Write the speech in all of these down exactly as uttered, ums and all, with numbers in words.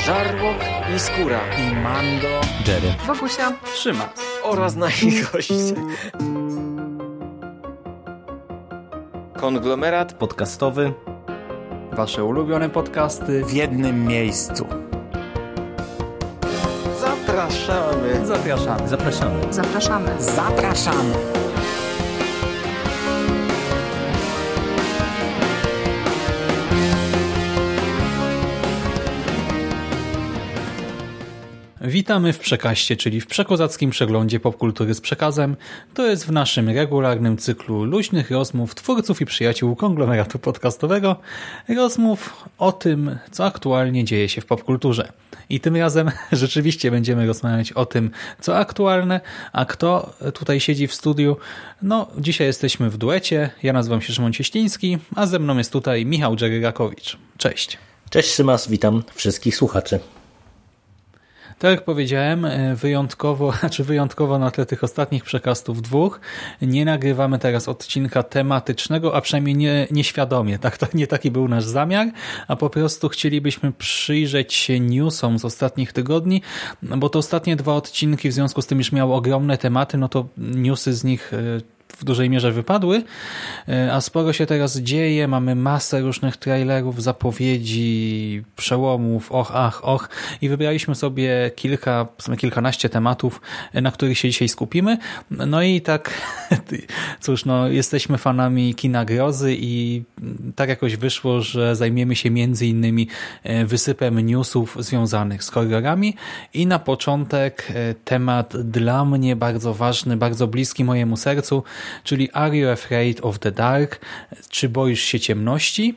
Żarłok i Skóra i Mando, Jerry, Wokusia, Szymas oraz nasi goście. Konglomerat podcastowy. Wasze ulubione podcasty w jednym miejscu. Zapraszamy. Zapraszamy. Zapraszamy. zapraszamy. Zapraszamy. Witamy w Przekaście, czyli w przekozackim przeglądzie popkultury z przekazem. To jest w naszym regularnym cyklu luźnych rozmów twórców i przyjaciół konglomeratu podcastowego. Rozmów o tym, co aktualnie dzieje się w popkulturze. I tym razem rzeczywiście będziemy rozmawiać o tym, co aktualne, a kto tutaj siedzi w studiu. No, dzisiaj jesteśmy w duecie. Ja nazywam się Szymon Cieśliński, a ze mną jest tutaj Michał Dżeryrakowicz. Cześć. Cześć Szymas, witam wszystkich słuchaczy. Tak jak powiedziałem, wyjątkowo, znaczy wyjątkowo na tle tych ostatnich przekastów dwóch, nie nagrywamy teraz odcinka tematycznego, a przynajmniej nie, nieświadomie. Tak, to nie taki był nasz zamiar, a po prostu chcielibyśmy przyjrzeć się newsom z ostatnich tygodni, bo to ostatnie dwa odcinki w związku z tym, już miały ogromne tematy, no to newsy z nich w dużej mierze wypadły, a sporo się teraz dzieje, mamy masę różnych trailerów, zapowiedzi, przełomów, och, ach, och i wybraliśmy sobie kilka, w sumie kilkanaście tematów, na których się dzisiaj skupimy. No i tak, cóż, no jesteśmy fanami kina grozy i tak jakoś wyszło, że zajmiemy się między innymi wysypem newsów związanych z horrorami i na początek temat dla mnie bardzo ważny, bardzo bliski mojemu sercu, czyli Are You Afraid of the Dark? Czy boisz się ciemności?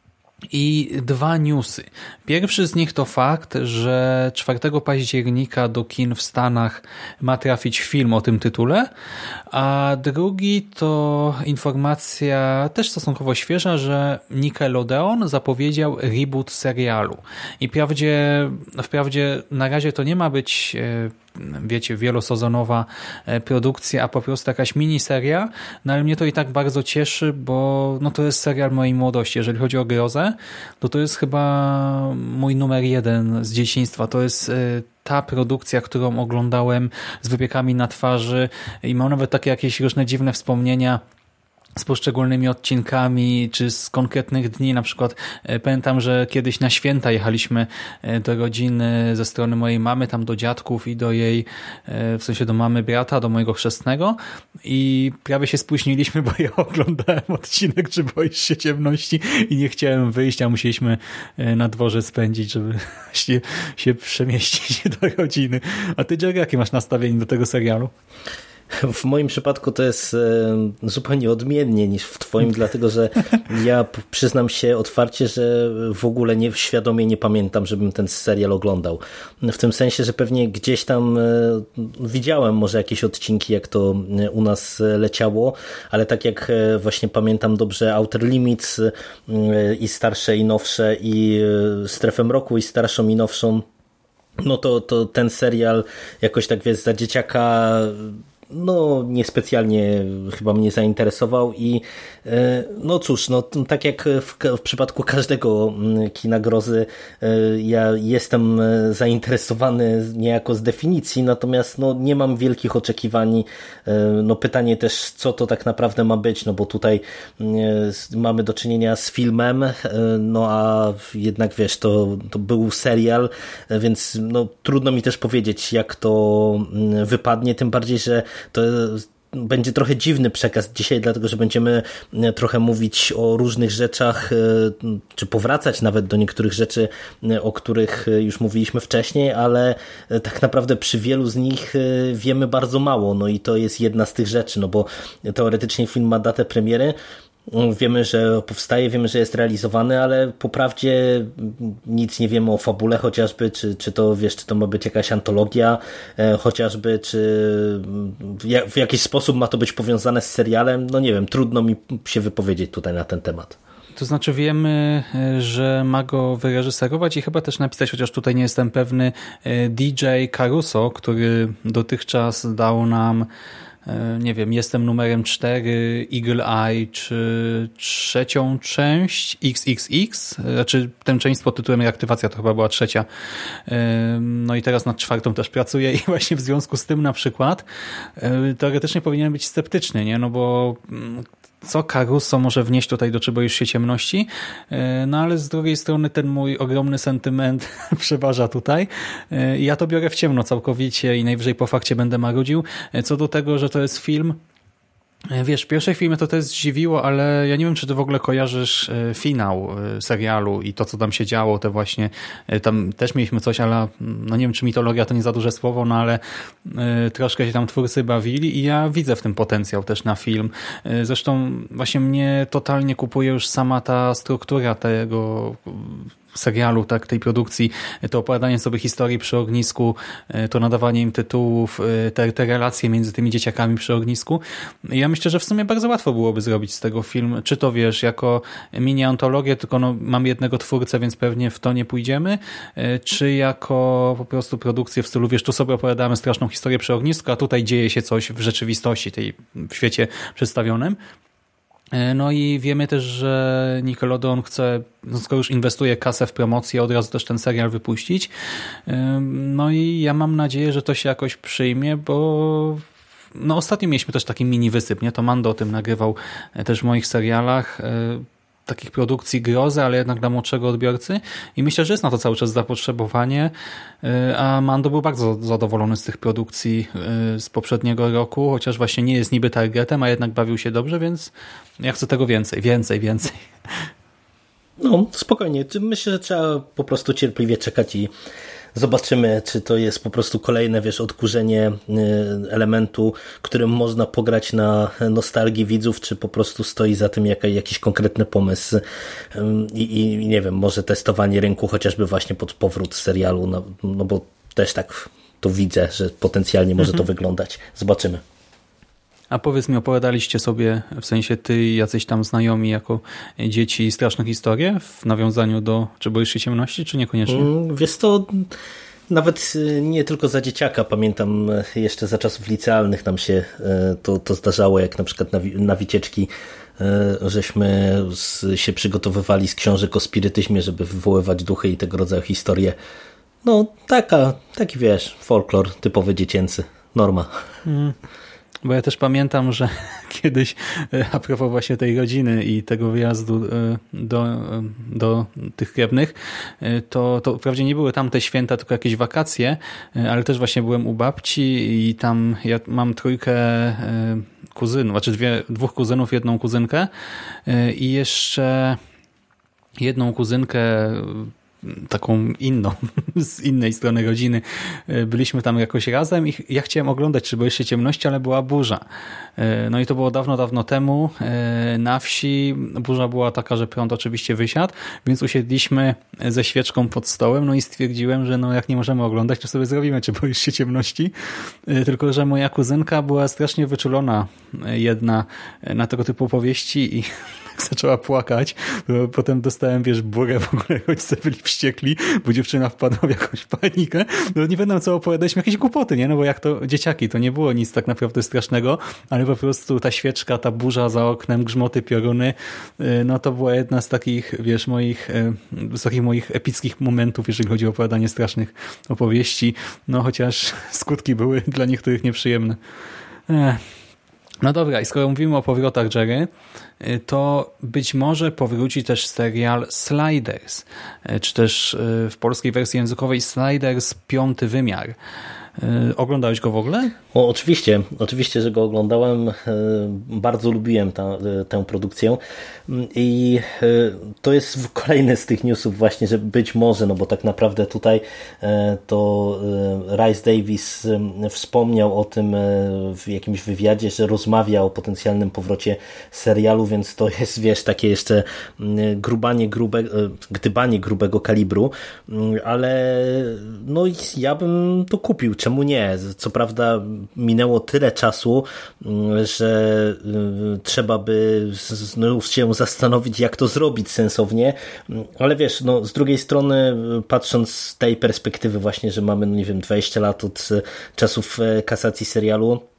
I dwa newsy. Pierwszy z nich to fakt, że czwartego października do kin w Stanach ma trafić film o tym tytule, a drugi to informacja też stosunkowo świeża, że Nickelodeon zapowiedział reboot serialu. I wprawdzie, wprawdzie na razie to nie ma być, wiecie, wielosezonowa produkcja, a po prostu jakaś miniseria, no ale mnie to i tak bardzo cieszy, bo no to jest serial mojej młodości. Jeżeli chodzi o grozę, to to jest chyba mój numer jeden z dzieciństwa. To jest ta produkcja, którą oglądałem z wypiekami na twarzy i mam nawet takie jakieś różne dziwne wspomnienia z poszczególnymi odcinkami, czy z konkretnych dni. Na przykład pamiętam, że kiedyś na święta jechaliśmy do rodziny ze strony mojej mamy, tam do dziadków i do jej, w sensie do mamy brata, do mojego chrzestnego i prawie się spóźniliśmy, bo ja oglądałem odcinek Czy boisz się ciemności i nie chciałem wyjść, a musieliśmy na dworze spędzić, żeby się, się przemieścić do rodziny. A ty, Jerry, jakie masz nastawienie do tego serialu? W moim przypadku to jest zupełnie odmiennie niż w twoim, dlatego że ja przyznam się otwarcie, że w ogóle nie, świadomie nie pamiętam, żebym ten serial oglądał. W tym sensie, że pewnie gdzieś tam widziałem może jakieś odcinki, jak to u nas leciało, ale tak jak właśnie pamiętam dobrze Outer Limits i starsze i nowsze i Strefę Mroku i starszą i nowszą, no to, to ten serial jakoś tak, wiesz, za dzieciaka no niespecjalnie chyba mnie zainteresował i no cóż, no tak jak w, w przypadku każdego kina grozy, ja jestem zainteresowany niejako z definicji, natomiast no nie mam wielkich oczekiwań. No pytanie też, co to tak naprawdę ma być, no bo tutaj mamy do czynienia z filmem, no a jednak wiesz, to, to był serial, więc no trudno mi też powiedzieć, jak to wypadnie, tym bardziej, że to będzie trochę dziwny przekaz dzisiaj, dlatego że będziemy trochę mówić o różnych rzeczach, czy powracać nawet do niektórych rzeczy, o których już mówiliśmy wcześniej, ale tak naprawdę przy wielu z nich wiemy bardzo mało, no i to jest jedna z tych rzeczy, no bo teoretycznie film ma datę premiery, wiemy, że powstaje, wiemy, że jest realizowany, ale po prawdzie nic nie wiemy o fabule chociażby, czy, czy to, wiesz, czy to ma być jakaś antologia chociażby, czy w jakiś sposób ma to być powiązane z serialem, no nie wiem, trudno mi się wypowiedzieć tutaj na ten temat. To znaczy wiemy, że ma go wyreżyserować i chyba też napisać, chociaż tutaj nie jestem pewny, D J Caruso, który dotychczas dał nam nie wiem, Jestem numerem cztery, Eagle Eye, czy trzecią część X X X, znaczy tę część pod tytułem Reaktywacja to chyba była trzecia. No i teraz nad czwartą też pracuję i właśnie w związku z tym na przykład teoretycznie powinienem być sceptyczny, nie? No bo co Caruso może wnieść tutaj do Czy boisz się ciemności? No ale z drugiej strony ten mój ogromny sentyment przeważa tutaj. Ja to biorę w ciemno całkowicie i najwyżej po fakcie będę marudził. Co do tego, że to jest film, wiesz, w pierwszej filmie to też zdziwiło, ale ja nie wiem, czy ty w ogóle kojarzysz finał serialu i to, co tam się działo, te właśnie, tam też mieliśmy coś, ale no nie wiem, czy mitologia to nie za duże słowo, no ale troszkę się tam twórcy bawili i ja widzę w tym potencjał też na film. Zresztą właśnie mnie totalnie kupuje już sama ta struktura tego serialu, tak, tej produkcji, to opowiadanie sobie historii przy ognisku, to nadawanie im tytułów, te, te relacje między tymi dzieciakami przy ognisku. Ja myślę, że w sumie bardzo łatwo byłoby zrobić z tego film, czy to wiesz, jako mini antologię, tylko no, mam jednego twórcę, więc pewnie w to nie pójdziemy, czy jako po prostu produkcję w stylu, wiesz, tu sobie opowiadamy straszną historię przy ognisku, a tutaj dzieje się coś w rzeczywistości, tej w świecie przedstawionym. No i wiemy też, że Nickelodeon chce, no skoro już inwestuje kasę w promocję, od razu też ten serial wypuścić. No i ja mam nadzieję, że to się jakoś przyjmie, bo no ostatnio mieliśmy też taki mini wysyp, nie? To Mando o tym nagrywał też w moich serialach, takich produkcji grozy, ale jednak dla młodszego odbiorcy i myślę, że jest na to cały czas zapotrzebowanie, a Mando był bardzo zadowolony z tych produkcji z poprzedniego roku, chociaż właśnie nie jest niby targetem, a jednak bawił się dobrze, więc ja chcę tego więcej, więcej, więcej. No, spokojnie. Myślę, że trzeba po prostu cierpliwie czekać i zobaczymy, czy to jest po prostu kolejne, wiesz, odkurzenie elementu, którym można pograć na nostalgii widzów, czy po prostu stoi za tym jaka, jakiś konkretny pomysł i, i nie wiem, może testowanie rynku chociażby właśnie pod powrót serialu, no, no bo też tak to widzę, że potencjalnie może mhm. to wyglądać. Zobaczymy. A powiedz mi, opowiadaliście sobie, w sensie ty i jacyś tam znajomi jako dzieci, straszne historie w nawiązaniu do Czy boisz się ciemności, czy niekoniecznie? Wiesz to nawet nie tylko za dzieciaka. Pamiętam jeszcze za czasów licealnych nam się to, to zdarzało, jak na przykład na, na wycieczki żeśmy z, się przygotowywali z książek o spirytyzmie, żeby wywoływać duchy i tego rodzaju historie. No taka, taki wiesz, folklor typowy dziecięcy, norma. Mm. Bo ja też pamiętam, że kiedyś a propos właśnie tej rodziny i tego wyjazdu do, do tych krewnych, to, to wprawdzie nie były tam te święta, tylko jakieś wakacje, ale też właśnie byłem u babci i tam ja mam trójkę kuzynów, znaczy dwie, dwóch kuzynów, jedną kuzynkę i jeszcze jedną kuzynkę taką inną, z innej strony rodziny. Byliśmy tam jakoś razem i ja chciałem oglądać Czy boisz się ciemności, ale była burza. No i to było dawno, dawno temu. Na wsi burza była taka, że prąd oczywiście wysiadł, więc usiedliśmy ze świeczką pod stołem, no i stwierdziłem, że no jak nie możemy oglądać, to sobie zrobimy Czy boisz się ciemności. Tylko że moja kuzynka była strasznie wyczulona jedna na tego typu opowieści i zaczęła płakać. Potem dostałem, wiesz, burę w ogóle, choć sobie byli wściekli, bo dziewczyna wpadła w jakąś panikę. No nie będę co opowiadaliśmy, jakieś głupoty, nie? No bo jak to dzieciaki, to nie było nic tak naprawdę strasznego, ale po prostu ta świeczka, ta burza za oknem, grzmoty, pioruny, no to była jedna z takich, wiesz, moich, z takich moich epickich momentów, jeżeli chodzi o opowiadanie strasznych opowieści. No chociaż skutki były dla niektórych nieprzyjemne. Ech. No dobra, i skoro mówimy o powrotach, Jerry, to być może powróci też serial Sliders, czy też w polskiej wersji językowej Sliders Piąty Wymiar. Oglądałeś go w ogóle? O, oczywiście, oczywiście, że go oglądałem. Bardzo lubiłem ta, tę produkcję i to jest kolejny z tych newsów właśnie, że być może, no bo tak naprawdę tutaj to Rhys Davies wspomniał o tym w jakimś wywiadzie, że rozmawia o potencjalnym powrocie serialu, więc to jest, wiesz, takie jeszcze grubanie grube, gdybanie grubego kalibru, ale no ja bym to kupił. Czemu nie? Co prawda minęło tyle czasu, że trzeba by no, się zastanowić, jak to zrobić sensownie, ale wiesz, no, z drugiej strony patrząc z tej perspektywy właśnie, że mamy, no nie wiem, dwadzieścia lat od czasów kasacji serialu,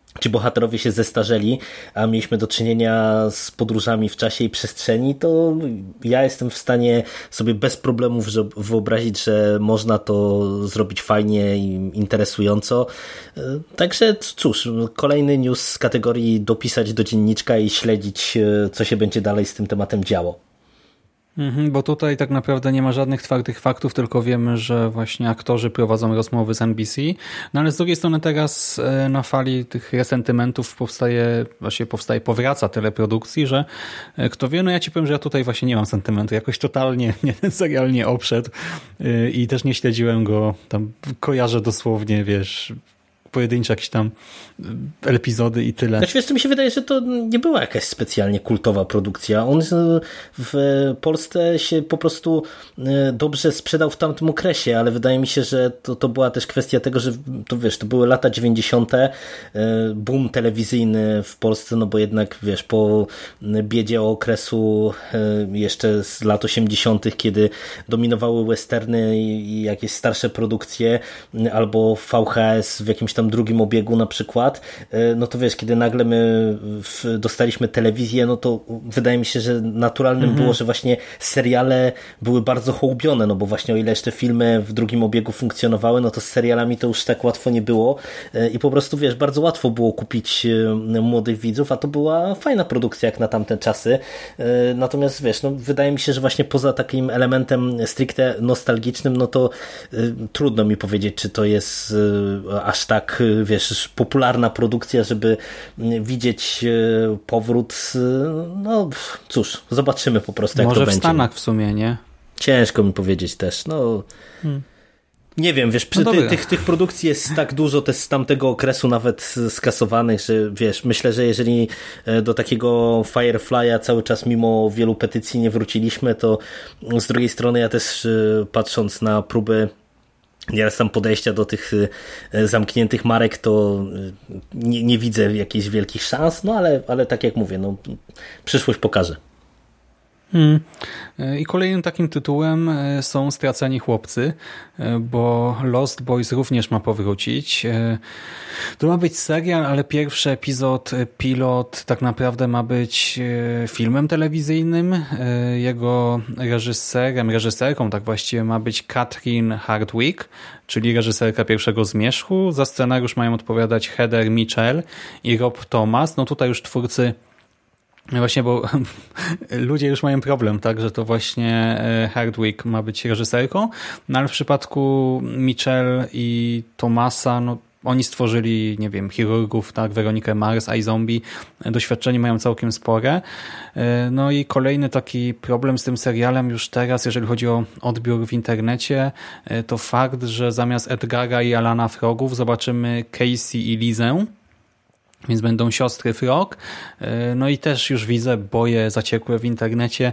ci bohaterowie się zestarzeli, a mieliśmy do czynienia z podróżami w czasie i przestrzeni, to ja jestem w stanie sobie bez problemów wyobrazić, że można to zrobić fajnie i interesująco. Także cóż, kolejny news z kategorii dopisać do dzienniczka i śledzić, co się będzie dalej z tym tematem działo. Mhm, bo tutaj tak naprawdę nie ma żadnych twardych faktów, tylko wiemy, że właśnie aktorzy prowadzą rozmowy z N B C. No ale z drugiej strony teraz na fali tych resentymentów powstaje, właśnie powstaje, powraca tyle produkcji, że kto wie, no ja ci powiem, że ja tutaj właśnie nie mam sentymentu. Jakoś totalnie mnie ten serial nie obszedł i też nie śledziłem go. Tam kojarzę dosłownie, wiesz, pojedyncze jakieś tam epizody i tyle. Znaczy, wiesz, to mi się wydaje, że to nie była jakaś specjalnie kultowa produkcja. On w Polsce się po prostu dobrze sprzedał w tamtym okresie, ale wydaje mi się, że to, to była też kwestia tego, że to wiesz, to były lata dziewięćdziesiąte, boom telewizyjny w Polsce, no bo jednak wiesz, po biedzie okresu jeszcze z lat osiemdziesiątych, kiedy dominowały westerny i jakieś starsze produkcje, albo V H S w jakimś tam drugim obiegu na przykład, no to wiesz, kiedy nagle my dostaliśmy telewizję, no to wydaje mi się, że naturalnym mhm. było, że właśnie seriale były bardzo hołubione, no bo właśnie o ile jeszcze filmy w drugim obiegu funkcjonowały, no to z serialami to już tak łatwo nie było i po prostu wiesz, bardzo łatwo było kupić młodych widzów, a to była fajna produkcja jak na tamte czasy. Natomiast wiesz, no wydaje mi się, że właśnie poza takim elementem stricte nostalgicznym, no to trudno mi powiedzieć, czy to jest aż tak, wiesz, popularna produkcja, żeby widzieć powrót. No cóż, zobaczymy po prostu, jak Może to w będzie. Może w Stanach w sumie, nie? Ciężko mi powiedzieć też. No hmm. nie wiem, wiesz, przy no ty, tych, tych produkcji jest tak dużo też z tamtego okresu nawet skasowanych, że wiesz, myślę, że jeżeli do takiego Firefly'a cały czas mimo wielu petycji nie wróciliśmy, to z drugiej strony ja też patrząc na próby nieraz tam podejścia do tych zamkniętych marek, to nie, nie widzę jakichś wielkich szans, no ale, ale tak jak mówię, no, przyszłość pokaże. Hmm. I kolejnym takim tytułem są Straceni chłopcy, bo Lost Boys również ma powrócić. To ma być serial, ale pierwszy epizod, pilot tak naprawdę ma być filmem telewizyjnym. Jego reżyserem, reżyserką tak właściwie ma być Catherine Hardwicke, czyli reżyserka Pierwszego Zmierzchu. Za scenariusz mają odpowiadać Heather Mitchell i Rob Thomas. No tutaj już twórcy właśnie, bo ludzie już mają problem, tak, że to właśnie Hardwicke ma być reżyserką, no ale w przypadku Mitchell i Thomasa, no oni stworzyli, nie wiem, Chirurgów, tak, Weronikę Mars, iZombie, doświadczenie mają całkiem spore. No i kolejny taki problem z tym serialem już teraz, jeżeli chodzi o odbiór w internecie, to fakt, że zamiast Edgara i Alana Frogów zobaczymy Casey i Lizę, więc będą siostry Frog. No i też już widzę boje zaciekłe w internecie.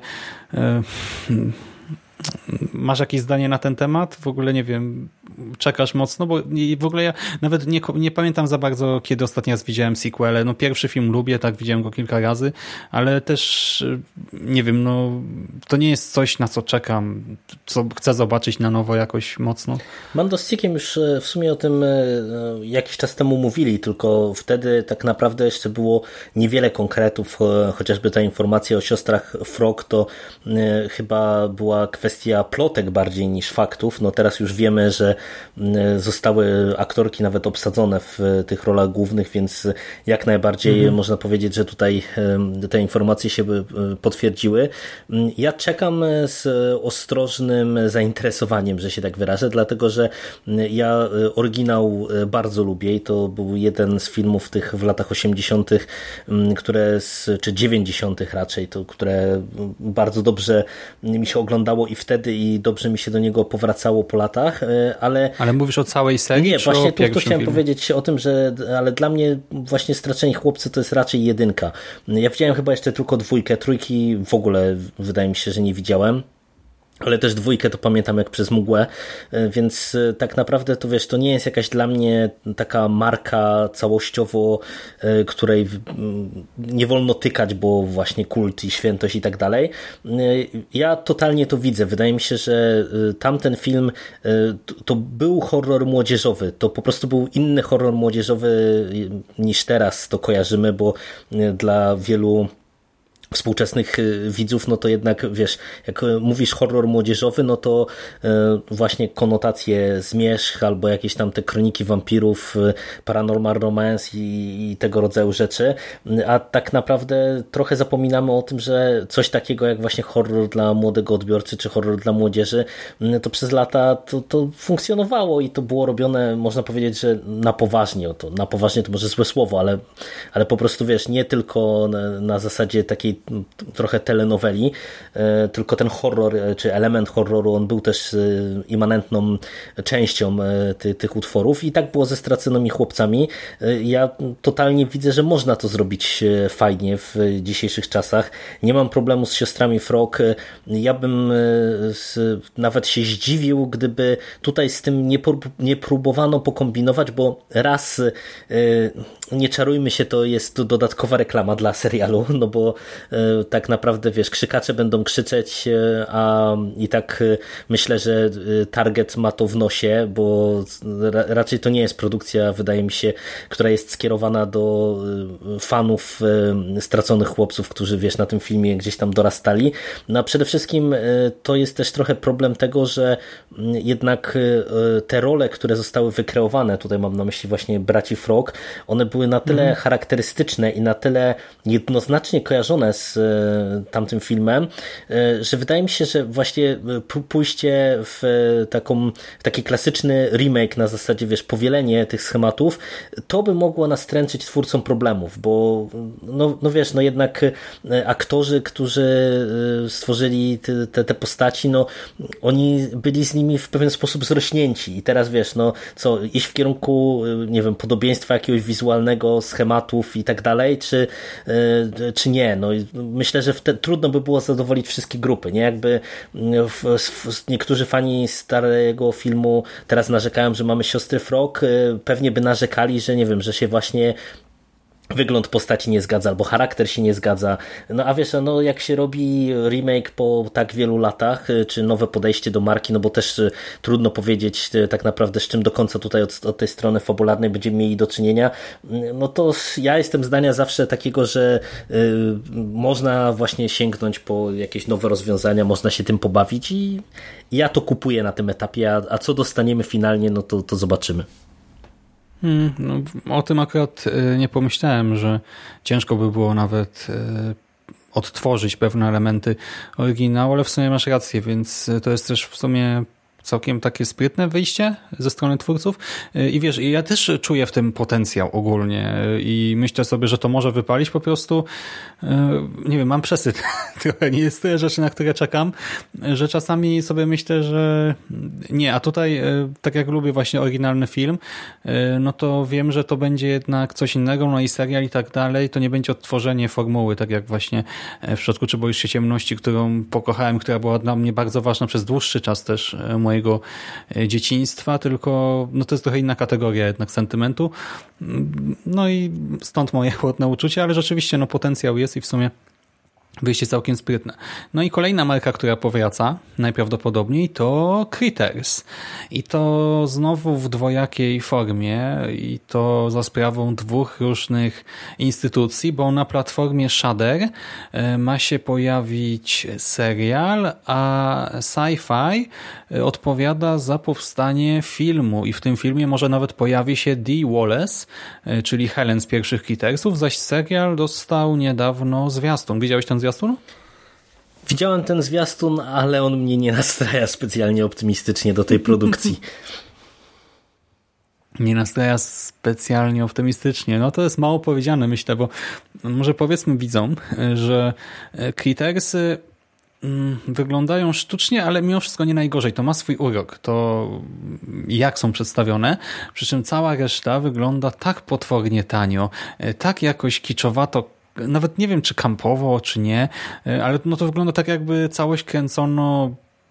Masz jakieś zdanie na ten temat? W ogóle nie wiem, czekasz mocno, bo w ogóle ja nawet nie, nie pamiętam za bardzo, kiedy ostatni raz widziałem sequele. No pierwszy film lubię, tak, widziałem go kilka razy, ale też nie wiem, no to nie jest coś, na co czekam, co chcę zobaczyć na nowo jakoś mocno. Mando z Ciekiem już w sumie o tym jakiś czas temu mówili, tylko wtedy tak naprawdę jeszcze było niewiele konkretów, chociażby ta informacja o siostrach Frog to chyba była kwestia plotek bardziej niż faktów. No teraz już wiemy, że zostały aktorki nawet obsadzone w tych rolach głównych, więc jak najbardziej mhm. można powiedzieć, że tutaj te informacje się potwierdziły. Ja czekam z ostrożnym zainteresowaniem, że się tak wyrażę, dlatego że ja oryginał bardzo lubię i to był jeden z filmów tych w latach osiemdziesiątych, które, czy dziewięćdziesiątych raczej, to które bardzo dobrze mi się oglądało i wtedy i dobrze mi się do niego powracało po latach, ale... Ale mówisz o całej serii? Nie, właśnie tu, tu chciałem filmie? powiedzieć o tym, że ale dla mnie właśnie Straceni chłopcy to jest raczej jedynka. Ja widziałem chyba jeszcze tylko dwójkę, trójki w ogóle wydaje mi się, że nie widziałem. ale też dwójkę to pamiętam jak przez mgłę, więc tak naprawdę to wiesz, to nie jest jakaś dla mnie taka marka całościowo, której nie wolno tykać, bo właśnie kult i świętość i tak dalej. Ja totalnie to widzę. Wydaje mi się, że tamten film to był horror młodzieżowy. To po prostu był inny horror młodzieżowy niż teraz to kojarzymy, bo dla wielu współczesnych widzów, no to jednak wiesz, jak mówisz horror młodzieżowy, no to właśnie konotacje zmierzch albo jakieś tam te kroniki wampirów, Paranormal Romance i, i tego rodzaju rzeczy, a tak naprawdę trochę zapominamy o tym, że coś takiego jak właśnie horror dla młodego odbiorcy czy horror dla młodzieży, to przez lata to, to funkcjonowało i to było robione, można powiedzieć, że na poważnie, to na poważnie to może złe słowo, ale, ale po prostu wiesz, nie tylko na, na zasadzie takiej trochę telenoweli, tylko ten horror, czy element horroru, on był też immanentną częścią ty, tych utworów i tak było ze Straconymi chłopcami. Ja totalnie widzę, że można to zrobić fajnie w dzisiejszych czasach. Nie mam problemu z siostrami Frog. Ja bym nawet się zdziwił, gdyby tutaj z tym nie, nie próbowano pokombinować, bo raz, nie czarujmy się, to jest dodatkowa reklama dla serialu, no bo tak naprawdę, wiesz, krzykacze będą krzyczeć, a i tak myślę, że target ma to w nosie, bo raczej to nie jest produkcja, wydaje mi się, która jest skierowana do fanów Straconych chłopców, którzy, wiesz, na tym filmie gdzieś tam dorastali. No a przede wszystkim to jest też trochę problem tego, że jednak te role, które zostały wykreowane, tutaj mam na myśli właśnie braci Frog, one były na tyle mm. charakterystyczne i na tyle jednoznacznie kojarzone z tamtym filmem, że wydaje mi się, że właśnie pójście w taką, w taki klasyczny remake na zasadzie, wiesz, powielenie tych schematów, to by mogło nastręczyć twórcom problemów, bo no, no wiesz, no jednak aktorzy, którzy stworzyli te, te, te postaci, no oni byli z nimi w pewien sposób zrośnięci i teraz wiesz, no co, iść w kierunku, nie wiem, podobieństwa jakiegoś wizualnego, schematów i tak dalej, czy, czy nie, no myślę, że wtedy trudno by było zadowolić wszystkie grupy, nie? Jakby w, w, niektórzy fani starego filmu teraz narzekają, że mamy siostry Frog, pewnie by narzekali, że nie wiem, że się właśnie wygląd postaci nie zgadza, albo charakter się nie zgadza. No a wiesz, no jak się robi remake po tak wielu latach, czy nowe podejście do marki, no bo też trudno powiedzieć tak naprawdę, z czym do końca tutaj od, od tej strony fabularnej będziemy mieli do czynienia, no to ja jestem zdania zawsze takiego, że y, można właśnie sięgnąć po jakieś nowe rozwiązania, można się tym pobawić i ja to kupuję na tym etapie, a, a co dostaniemy finalnie, no to, to zobaczymy. Hmm, no, o tym akurat nie pomyślałem, że ciężko by było nawet odtworzyć pewne elementy oryginału, ale w sumie masz rację, więc to jest też w sumie całkiem takie sprytne wyjście ze strony twórców i wiesz, ja też czuję w tym potencjał ogólnie i myślę sobie, że to może wypalić po prostu, nie wiem, mam przesyt trochę, nie jest tyle rzeczy, na które czekam, że czasami sobie myślę, że nie, a tutaj tak jak lubię właśnie oryginalny film, no to wiem, że to będzie jednak coś innego, no i serial i tak dalej, to nie będzie odtworzenie formuły, tak jak właśnie w przypadku Czy boisz się ciemności, którą pokochałem, która była dla mnie bardzo ważna przez dłuższy czas też mojego dzieciństwa, tylko no to jest trochę inna kategoria jednak sentymentu. No i stąd moje chłodne uczucie, ale rzeczywiście no potencjał jest i w sumie wyjście całkiem sprytne. No i kolejna marka, która powraca najprawdopodobniej to Critters. I to znowu w dwojakiej formie i to za sprawą dwóch różnych instytucji, bo na platformie Shudder ma się pojawić serial, a Sci-Fi odpowiada za powstanie filmu i w tym filmie może nawet pojawi się Dee Wallace, czyli Helen z pierwszych Crittersów, zaś serial dostał niedawno zwiastun. Widziałeś ten zwiastun? Widziałem ten zwiastun, ale on mnie nie nastraja specjalnie optymistycznie do tej produkcji. Nie nastraja specjalnie optymistycznie. No to jest mało powiedziane, myślę, bo może powiedzmy widzom, że Crittersy wyglądają sztucznie, ale mimo wszystko nie najgorzej. To ma swój urok. To jak są przedstawione. Przy czym cała reszta wygląda tak potwornie tanio, tak jakoś kiczowato, nawet nie wiem, czy kampowo, czy nie, ale no to wygląda tak, jakby całość kręcono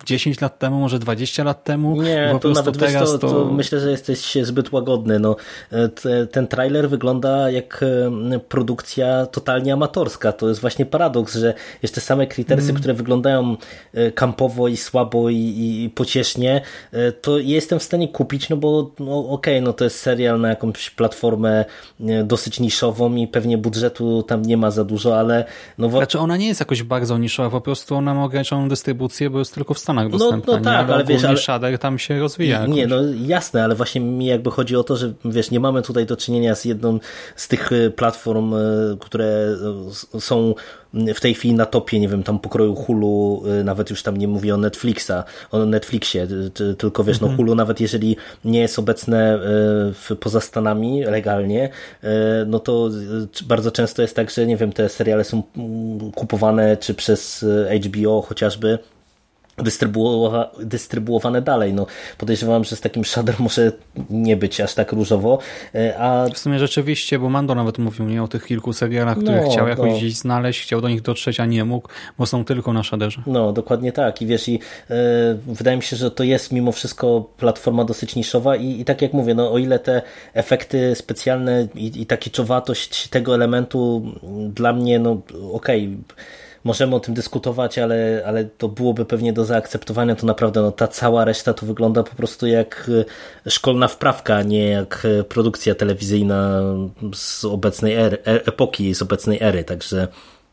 dziesięć lat temu, może dwadzieścia lat temu. Nie, po to nawet wiesz, teraz to, to... to myślę, że jesteś zbyt łagodny. No, te, ten trailer wygląda jak produkcja totalnie amatorska. To jest właśnie paradoks, że jeszcze same Crittersy, mm. które wyglądają kampowo i słabo i, i pociesznie, to jestem w stanie kupić, no bo no, okej, okay, no to jest serial na jakąś platformę dosyć niszową i pewnie budżetu tam nie ma za dużo, ale... No, wo... Znaczy ona nie jest jakoś bardzo niszowa, po prostu ona ma ograniczoną dystrybucję, bo jest tylko w Stanach dostępna. No, no tak, ale, ale wiesz, ale... Shader tam się rozwija. Nie, jakoś. no jasne, ale właśnie mi jakby chodzi o to, że wiesz, nie mamy tutaj do czynienia z jedną z tych platform, które są w tej chwili na topie, nie wiem, tam pokroju Hulu, nawet już tam nie mówię o Netflixa, o Netflixie, tylko wiesz, no Hulu nawet jeżeli nie jest obecne w, poza Stanami legalnie, no to bardzo często jest tak, że nie wiem, te seriale są kupowane czy przez H B O chociażby, Dystrybuowa, dystrybuowane dalej. No, podejrzewam, że z takim Shudder może nie być aż tak różowo. A... W sumie rzeczywiście, bo Mando nawet mówił nie o tych kilku serialach, które no, chciał jakoś no. gdzieś znaleźć, chciał do nich dotrzeć, a nie mógł, bo są tylko na Shudderze. No, dokładnie tak. I wiesz, i yy, wydaje mi się, że to jest mimo wszystko platforma dosyć niszowa i, i tak jak mówię, no o ile te efekty specjalne i, i ta kiczowatość tego elementu dla mnie, no okej, okay, możemy o tym dyskutować, ale, ale to byłoby pewnie do zaakceptowania, to naprawdę no, ta cała reszta to wygląda po prostu jak szkolna wprawka, a nie jak produkcja telewizyjna z obecnej ery, epoki, z obecnej ery, także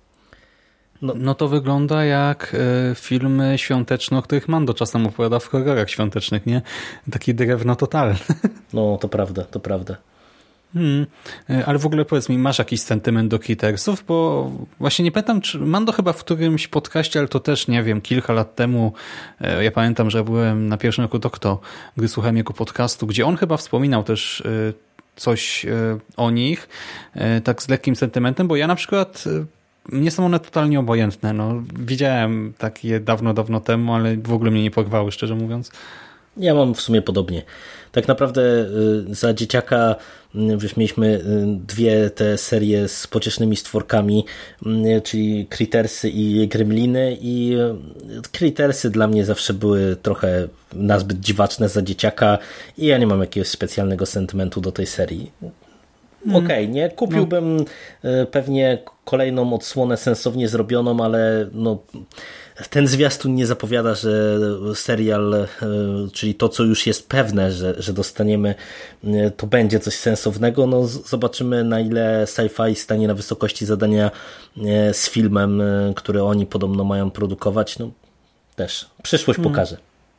No, no to wygląda jak y, filmy świąteczne, o których Mando czasem opowiada w horrorach świątecznych, nie? Taki drewno totalne. No to prawda, to prawda. Hmm. Ale w ogóle powiedz mi, masz jakiś sentyment do Crittersów? Bo właśnie nie pamiętam, czy Mando chyba w którymś podcaście, ale to też, nie wiem, kilka lat temu, ja pamiętam, że byłem na pierwszym roku Doktor, gdy słuchałem jego podcastu, gdzie on chyba wspominał też coś o nich, tak z lekkim sentymentem, bo ja na przykład... Mnie są one totalnie obojętne. No, widziałem takie dawno, dawno temu, ale w ogóle mnie nie porwały, szczerze mówiąc. Ja mam w sumie podobnie. Tak naprawdę za dzieciaka wiesz, mieliśmy dwie te serie z pociesznymi stworkami, czyli Crittersy i Gremliny i Crittersy dla mnie zawsze były trochę nazbyt dziwaczne za dzieciaka i ja nie mam jakiegoś specjalnego sentymentu do tej serii. Hmm. Okej, okay, nie? Kupiłbym no. pewnie kolejną odsłonę sensownie zrobioną, ale no, ten zwiastun nie zapowiada, że serial, czyli to, co już jest pewne, że, że dostaniemy, to będzie coś sensownego. No, zobaczymy, na ile sci-fi stanie na wysokości zadania z filmem, który oni podobno mają produkować. No, też przyszłość hmm. pokaże.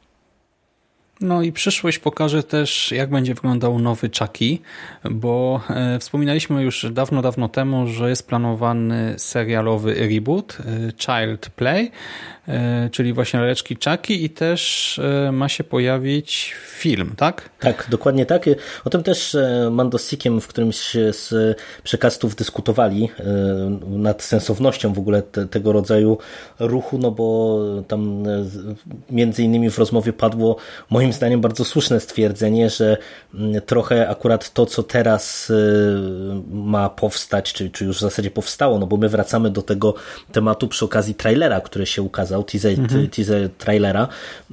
No i przyszłość pokaże też, jak będzie wyglądał nowy Chucky, bo e, wspominaliśmy już dawno, dawno temu, że jest planowany serialowy reboot e, Child Play, e, czyli właśnie laleczki Chucky i też e, ma się pojawić film, tak? Tak, dokładnie tak. O tym też Mando z Sikiem w którymś z przekazów dyskutowali e, nad sensownością w ogóle te, tego rodzaju ruchu, no bo tam e, między innymi w rozmowie padło moim zdaniem bardzo słuszne stwierdzenie, że trochę akurat to, co teraz ma powstać, czy, czy już w zasadzie powstało, no bo my wracamy do tego tematu przy okazji trailera, który się ukazał, teaser, mhm. teaser trailera,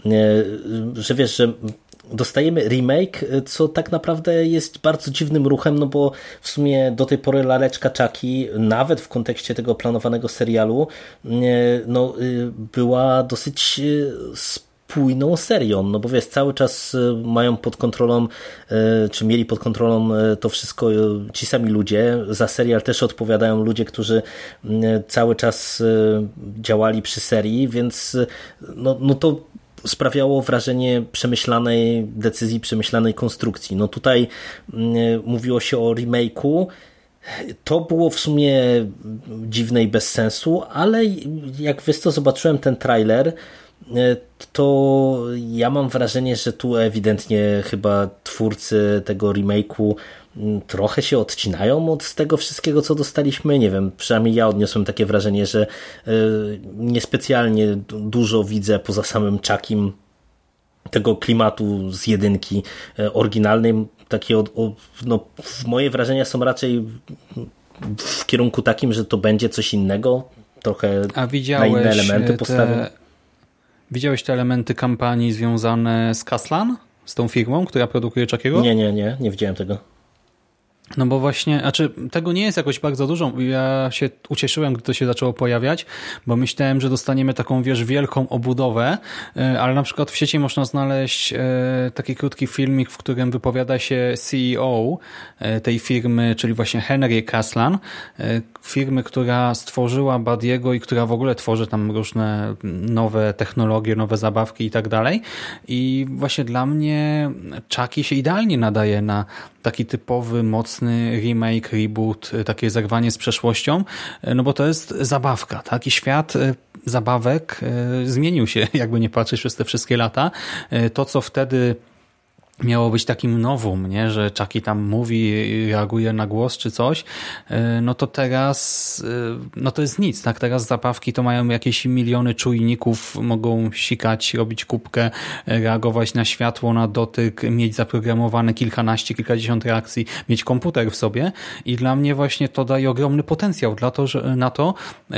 że wiesz, że dostajemy remake, co tak naprawdę jest bardzo dziwnym ruchem, no bo w sumie do tej pory laleczka Chucky, nawet w kontekście tego planowanego serialu, no, była dosyć spójną serią, no bo wiesz, cały czas mają pod kontrolą, czy mieli pod kontrolą to wszystko ci sami ludzie, za serial też odpowiadają ludzie, którzy cały czas działali przy serii, więc no, no to sprawiało wrażenie przemyślanej decyzji, przemyślanej konstrukcji. No tutaj mówiło się o remake'u, to było w sumie dziwne i bez sensu, ale jak wiesz co, zobaczyłem ten trailer, to ja mam wrażenie, że tu ewidentnie chyba twórcy tego remake'u trochę się odcinają od tego wszystkiego, co dostaliśmy. Nie wiem, przynajmniej ja odniosłem takie wrażenie, że niespecjalnie dużo widzę poza samym Chuckiem tego klimatu z jedynki oryginalnej. Takie, no, moje wrażenia są raczej w kierunku takim, że to będzie coś innego, trochę A na inne elementy te... postawione. Widziałeś te elementy kampanii związane z Kaslan? Z tą firmą, która produkuje Chuckiego? Nie, nie, nie, nie widziałem tego. No bo właśnie, znaczy tego nie jest jakoś bardzo dużo. Ja się ucieszyłem, gdy to się zaczęło pojawiać, bo myślałem, że dostaniemy taką, wiesz, wielką obudowę, ale na przykład w sieci można znaleźć taki krótki filmik, w którym wypowiada się C E O tej firmy, czyli właśnie Henry Kaslan, firmy, która stworzyła Badiego i która w ogóle tworzy tam różne nowe technologie, nowe zabawki i tak dalej. I właśnie dla mnie Chucky się idealnie nadaje na taki typowy, mocny remake, reboot, takie zerwanie z przeszłością, no bo to jest zabawka, tak? I świat zabawek zmienił się, jakby nie patrzeć, przez te wszystkie lata. To, co wtedy miało być takim nowum, nie? Że Chucky tam mówi, reaguje na głos czy coś, no to teraz no to jest nic, tak? Teraz zabawki to mają jakieś miliony czujników, mogą sikać, robić kubkę, reagować na światło, na dotyk, mieć zaprogramowane kilkanaście, kilkadziesiąt reakcji, mieć komputer w sobie i dla mnie właśnie to daje ogromny potencjał dla to, że, na to,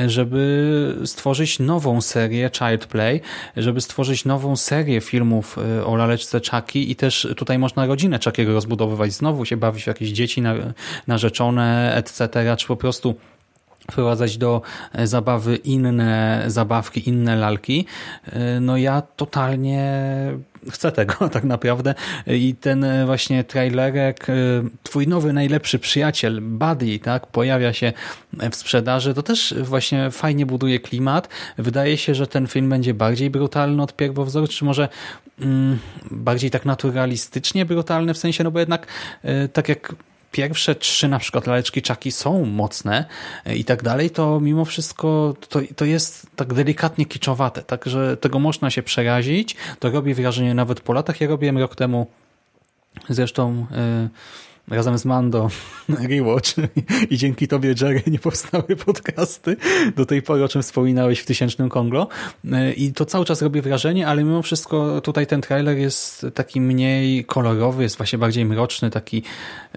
żeby stworzyć nową serię Child Play, żeby stworzyć nową serię filmów o laleczce Chucky i też tutaj można rodzinę Chuckiego rozbudowywać, znowu się bawić w jakieś dzieci narzeczone, et cetera, czy po prostu wprowadzać do zabawy inne zabawki, inne lalki. No ja totalnie chcę tego tak naprawdę i ten właśnie trailerek, twój nowy najlepszy przyjaciel Buddy, tak, pojawia się w sprzedaży, to też właśnie fajnie buduje klimat. Wydaje się, że ten film będzie bardziej brutalny od pierwowzoru, czy może mm, bardziej tak naturalistycznie brutalny, w sensie, no bo jednak tak jak pierwsze trzy na przykład laleczki Chucky są mocne i tak dalej, to mimo wszystko to, to jest tak delikatnie kiczowate, także tego można się przerazić. To robi wrażenie nawet po latach. Ja robiłem rok temu zresztą yy, razem z Mando rewatch i dzięki tobie, Jerry, nie powstały podcasty do tej pory, o czym wspominałeś w tysięcznym Konglo i to cały czas robi wrażenie, ale mimo wszystko tutaj ten trailer jest taki mniej kolorowy, jest właśnie bardziej mroczny, taki yy,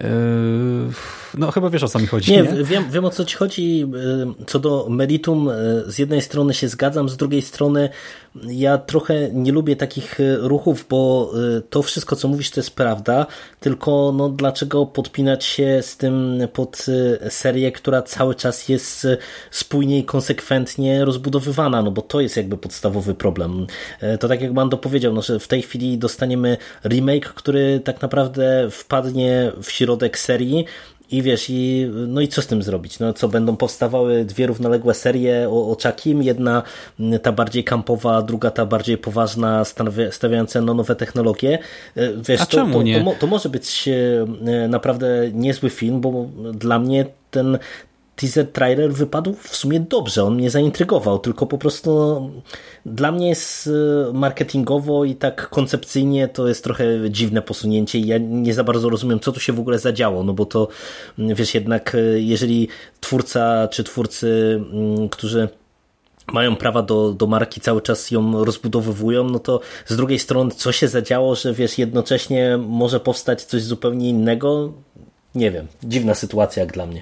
no chyba wiesz, o co mi chodzi. Nie, nie? Wiem, wiem o co ci chodzi. Co do meritum, z jednej strony się zgadzam, z drugiej strony ja trochę nie lubię takich ruchów, bo to wszystko, co mówisz, to jest prawda, tylko no dlaczego podpinać się z tym pod serię, która cały czas jest spójnie i konsekwentnie rozbudowywana, no bo to jest jakby podstawowy problem. To tak jak Mando powiedział, no, że w tej chwili dostaniemy remake, który tak naprawdę wpadnie w środek serii. I wiesz, i, no i co z tym zrobić? No co, będą powstawały dwie równoległe serie o, o Chuckim, jedna ta bardziej kampowa, druga ta bardziej poważna, stawiająca na nowe technologie. Wiesz, A to, czemu to, nie? To, to może być naprawdę niezły film, bo dla mnie ten teaser trailer wypadł w sumie dobrze, on mnie zaintrygował, tylko po prostu no, dla mnie jest marketingowo i tak koncepcyjnie to jest trochę dziwne posunięcie i ja nie za bardzo rozumiem, co tu się w ogóle zadziało, no bo to wiesz, jednak jeżeli twórca czy twórcy, którzy mają prawa do, do marki, cały czas ją rozbudowywują, no to z drugiej strony co się zadziało, że wiesz, jednocześnie może powstać coś zupełnie innego, nie wiem, dziwna sytuacja jak dla mnie.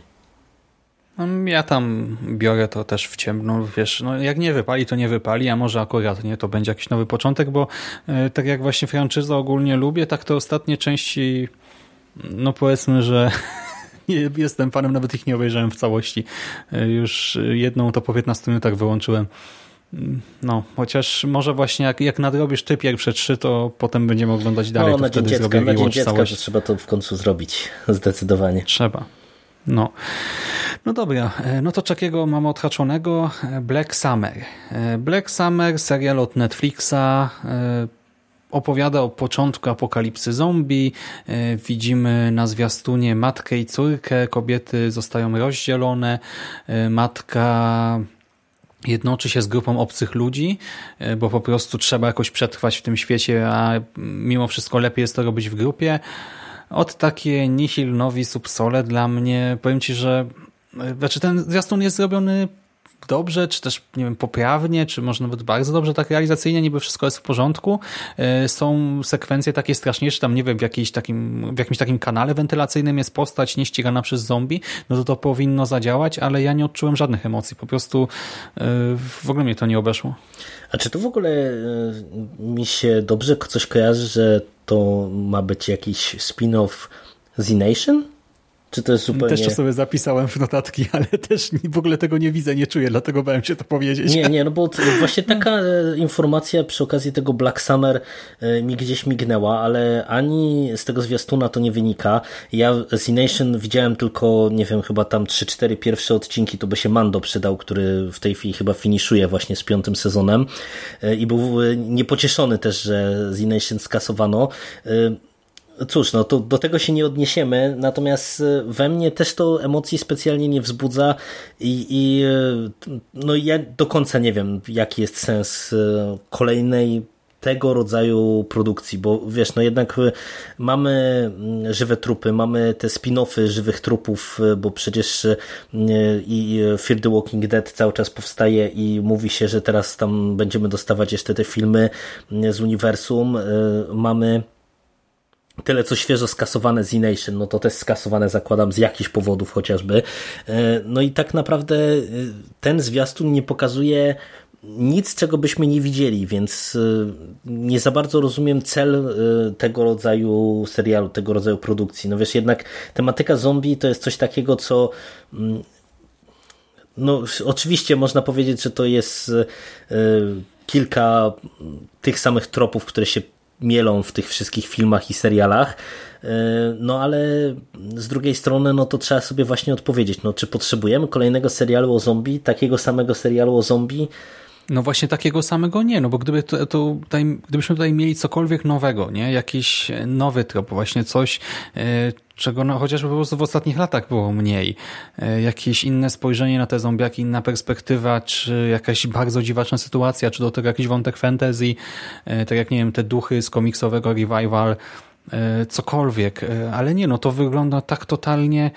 Ja tam biorę to też w ciemno, wiesz, no jak nie wypali, to nie wypali, a może akurat nie, to będzie jakiś nowy początek, bo e, tak jak właśnie franczyzę ogólnie lubię, tak te ostatnie części, no powiedzmy, że nie jestem fanem, nawet ich nie obejrzałem w całości. E, już jedną to po piętnastu minutach wyłączyłem. No, chociaż może właśnie jak, jak nadrobisz ty pierwsze trzy, to potem będziemy oglądać dalej, no, to na wtedy dzień zrobię dziecka, na dzień dziecka, całość. że trzeba to w końcu zrobić, zdecydowanie. Trzeba. No. No dobra, no to Chuckiego mamy odhaczonego. Black Summer. Black Summer, serial od Netflixa, opowiada o początku apokalipsy zombie. Widzimy na zwiastunie matkę i córkę. Kobiety zostają rozdzielone. Matka jednoczy się z grupą obcych ludzi, bo po prostu trzeba jakoś przetrwać w tym świecie, a mimo wszystko lepiej jest to robić w grupie. Od takie nihil novi subsole dla mnie, powiem ci, że znaczy ten zwiastun jest zrobiony dobrze, czy też, nie wiem, poprawnie, czy może nawet bardzo dobrze, tak realizacyjnie niby wszystko jest w porządku. Są sekwencje takie straszniejsze, tam nie wiem, w, jakiejś takim, w jakimś takim kanale wentylacyjnym jest postać nieścigana przez zombie, no to to powinno zadziałać, ale ja nie odczułem żadnych emocji, po prostu w ogóle mnie to nie obeszło. A czy to w ogóle mi się dobrze coś kojarzy, że to ma być jakiś spin-off Z-Nation? Czy to jest zupełnie... Też to sobie zapisałem w notatki, ale też w ogóle tego nie widzę, nie czuję, dlatego bałem się to powiedzieć. Nie, nie, no bo właśnie taka informacja przy okazji tego Black Summer mi gdzieś mignęła, ale ani z tego zwiastuna to nie wynika. Ja Z-Nation widziałem tylko, nie wiem, chyba tam trzy cztery pierwsze odcinki, to by się Mando przydał, który w tej chwili chyba finiszuje właśnie z piątym sezonem i był niepocieszony też, że Z-Nation skasowano. Cóż, no to do tego się nie odniesiemy, natomiast we mnie też to emocji specjalnie nie wzbudza i, i no ja do końca nie wiem, jaki jest sens kolejnej tego rodzaju produkcji, bo wiesz, no jednak mamy żywe trupy, mamy te spin-offy żywych trupów, bo przecież i Fear the Walking Dead cały czas powstaje i mówi się, że teraz tam będziemy dostawać jeszcze te filmy z uniwersum. Mamy tyle co świeżo skasowane Z-Nation, no to też skasowane zakładam z jakichś powodów chociażby. No i tak naprawdę ten zwiastun nie pokazuje nic, czego byśmy nie widzieli, więc nie za bardzo rozumiem cel tego rodzaju serialu, tego rodzaju produkcji. No wiesz, jednak tematyka zombie to jest coś takiego, co no oczywiście można powiedzieć, że to jest kilka tych samych tropów, które się mielą w tych wszystkich filmach i serialach, no ale z drugiej strony no to trzeba sobie właśnie odpowiedzieć, no czy potrzebujemy kolejnego serialu o zombie, takiego samego serialu o zombie? No właśnie takiego samego nie, no bo gdyby to, to tutaj, gdybyśmy tutaj mieli cokolwiek nowego, nie, jakiś nowy trop, właśnie coś, czego no, chociażby po prostu w ostatnich latach było mniej, jakieś inne spojrzenie na te zombiaki, inna perspektywa, czy jakaś bardzo dziwaczna sytuacja, czy do tego jakiś wątek fantasy, tak jak nie wiem, te duchy z komiksowego revival, cokolwiek, ale nie, no to wygląda tak totalnie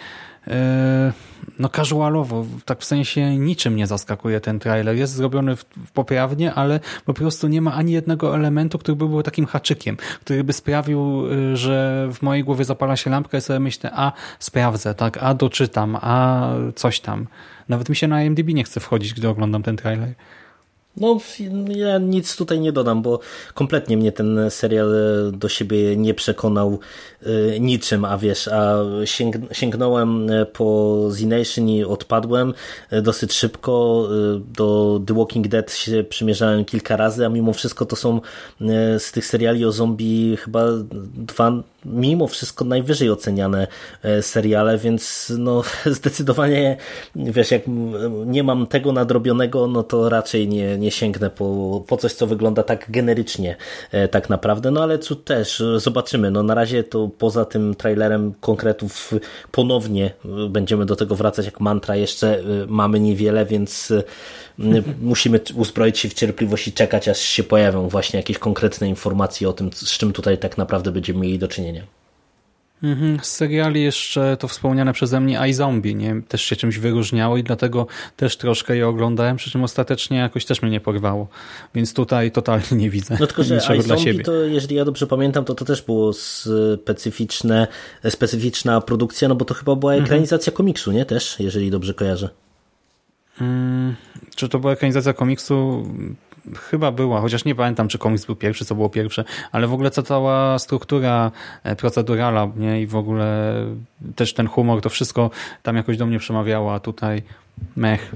no casualowo, tak w sensie niczym nie zaskakuje ten trailer. Jest zrobiony w, w poprawnie, ale po prostu nie ma ani jednego elementu, który by był takim haczykiem, który by sprawił, że w mojej głowie zapala się lampka i sobie myślę, a sprawdzę, tak, a doczytam, a coś tam. Nawet mi się na I M D B nie chce wchodzić, gdy oglądam ten trailer. No, ja nic tutaj nie dodam, bo kompletnie mnie ten serial do siebie nie przekonał niczym, a wiesz, a sięgnąłem po Z-Nation i odpadłem dosyć szybko. Do The Walking Dead się przymierzałem kilka razy, a mimo wszystko to są z tych seriali o zombie chyba dwa mimo wszystko najwyżej oceniane seriale, więc no zdecydowanie, wiesz, jak nie mam tego nadrobionego, no to raczej nie, nie sięgnę po, po coś, co wygląda tak generycznie tak naprawdę, no ale co też, zobaczymy, no na razie to poza tym trailerem konkretów ponownie będziemy do tego wracać jak mantra, jeszcze mamy niewiele, więc musimy uzbroić się w cierpliwość i czekać, aż się pojawią właśnie jakieś konkretne informacje o tym, z czym tutaj tak naprawdę będziemy mieli do czynienia. Mhm. Z seriali jeszcze to wspomniane przeze mnie iZombie, nie? Też się czymś wyróżniało i dlatego też troszkę je oglądałem, przy czym ostatecznie jakoś też mnie nie porwało. Więc tutaj totalnie nie widzę no tylko, że niczego dla siebie. To, jeżeli ja dobrze pamiętam, to to też było specyficzne, specyficzna produkcja, no bo to chyba była ekranizacja mhm. komiksu, nie? Też, jeżeli dobrze kojarzę. Hmm, czy to była ekranizacja komiksu? Chyba była, chociaż nie pamiętam, czy komiks był pierwszy, co było pierwsze, ale w ogóle ta cała struktura procedurala, nie? I w ogóle też ten humor, to wszystko tam jakoś do mnie przemawiało, a tutaj mech.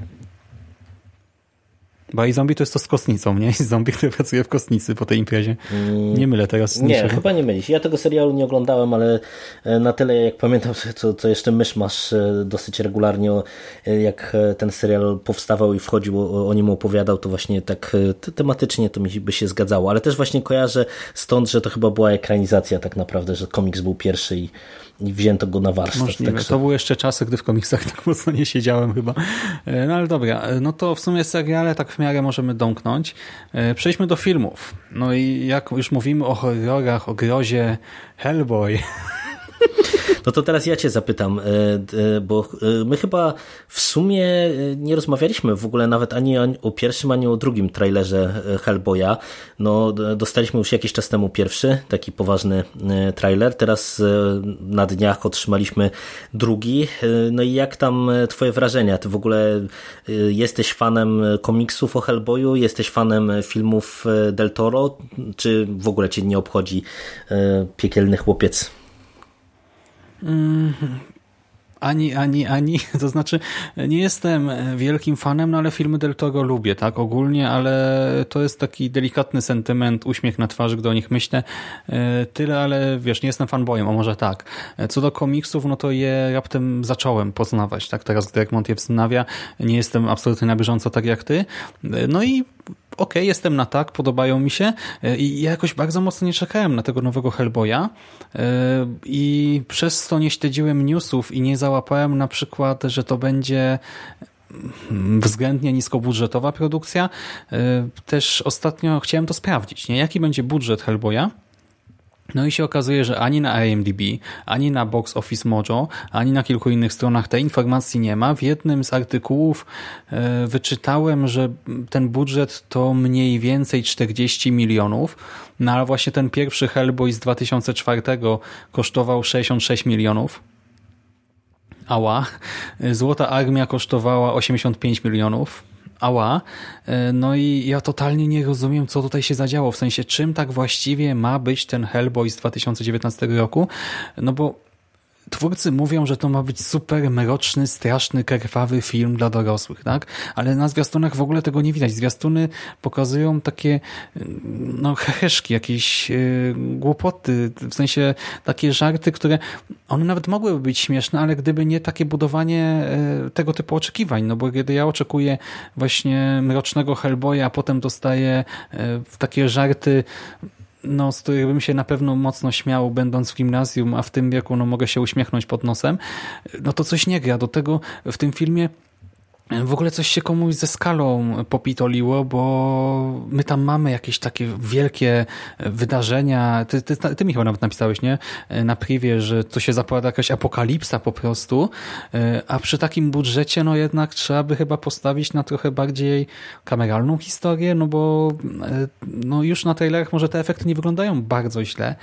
Bo i zombie to jest to z kosnicą, nie? I zombie, który pracuje w kosnicy po tej imprezie. Nie mylę teraz. Nie, niczego. Chyba nie mylisz. Ja tego serialu nie oglądałem, ale na tyle jak pamiętam, co, co jeszcze mysz masz dosyć regularnie, jak ten serial powstawał i wchodził, o, o nim opowiadał, to właśnie tak tematycznie to mi by się zgadzało. Ale też właśnie kojarzę stąd, że to chyba była ekranizacja tak naprawdę, że komiks był pierwszy i i wzięto go na warsztat. Możliwe. Także... To były jeszcze czasy, gdy w komiksach tak mocno nie siedziałem chyba. No ale dobra, no to w sumie seriale tak w miarę możemy domknąć. Przejdźmy do filmów. No i jak już mówimy o horrorach, o grozie, Hellboy. No to teraz ja cię zapytam, bo my chyba w sumie nie rozmawialiśmy w ogóle nawet ani o pierwszym, ani o drugim trailerze Hellboya. No dostaliśmy już jakiś czas temu pierwszy, taki poważny trailer. Teraz na dniach otrzymaliśmy drugi. No i jak tam twoje wrażenia? Ty w ogóle jesteś fanem komiksów o Hellboyu? Jesteś fanem filmów Del Toro? Czy w ogóle cię nie obchodzi Piekielny Chłopiec? Mm, ani, ani, ani. To znaczy nie jestem wielkim fanem, no ale filmy Del Toro lubię, tak, ogólnie, ale to jest taki delikatny sentyment, uśmiech na twarzy, gdy o nich myślę. Tyle, ale wiesz, nie jestem fanboyem, a może tak. Co do komiksów, no to je raptem zacząłem poznawać, tak, teraz gdy Egmont je wznawia, nie jestem absolutnie na bieżąco tak jak ty. No i okej, okay, jestem na tak, podobają mi się i ja jakoś bardzo mocno nie czekałem na tego nowego Hellboya i przez to nie śledziłem newsów i nie załapałem na przykład, że to będzie względnie niskobudżetowa produkcja. Też ostatnio chciałem to sprawdzić, nie? Jaki będzie budżet Hellboya. No i się okazuje, że ani na I M D B, ani na Box Office Mojo, ani na kilku innych stronach tej informacji nie ma. W jednym z artykułów wyczytałem, że ten budżet to mniej więcej czterdzieści milionów, no ale właśnie ten pierwszy Hellboy z dwa tysiące czwartego kosztował sześćdziesiąt sześć milionów. Ała. Złota Armia kosztowała osiemdziesiąt pięć milionów. Ała. No i ja totalnie nie rozumiem, co tutaj się zadziało. W sensie, czym tak właściwie ma być ten Hellboy z dwa tysiące dziewiętnastego roku? No bo twórcy mówią, że to ma być super mroczny, straszny, krwawy film dla dorosłych, tak? Ale na zwiastunach w ogóle tego nie widać. Zwiastuny pokazują takie no heheszki, jakieś yy, głupoty, w sensie takie żarty, które one nawet mogłyby być śmieszne, ale gdyby nie takie budowanie yy, tego typu oczekiwań, no bo kiedy ja oczekuję właśnie mrocznego Hellboya, a potem dostaję yy, takie żarty, no, z których bym się na pewno mocno śmiał, będąc w gimnazjum, a w tym wieku no, mogę się uśmiechnąć pod nosem, no to coś nie gra. Do tego w tym filmie w ogóle coś się komuś ze skalą popitoliło, bo my tam mamy jakieś takie wielkie wydarzenia. Ty, ty, ty mi chyba nawet napisałeś, nie? Na privie, że to się zapowiada jakaś apokalipsa po prostu, a przy takim budżecie no jednak trzeba by chyba postawić na trochę bardziej kameralną historię, no bo no już na trailerach może te efekty nie wyglądają bardzo źle,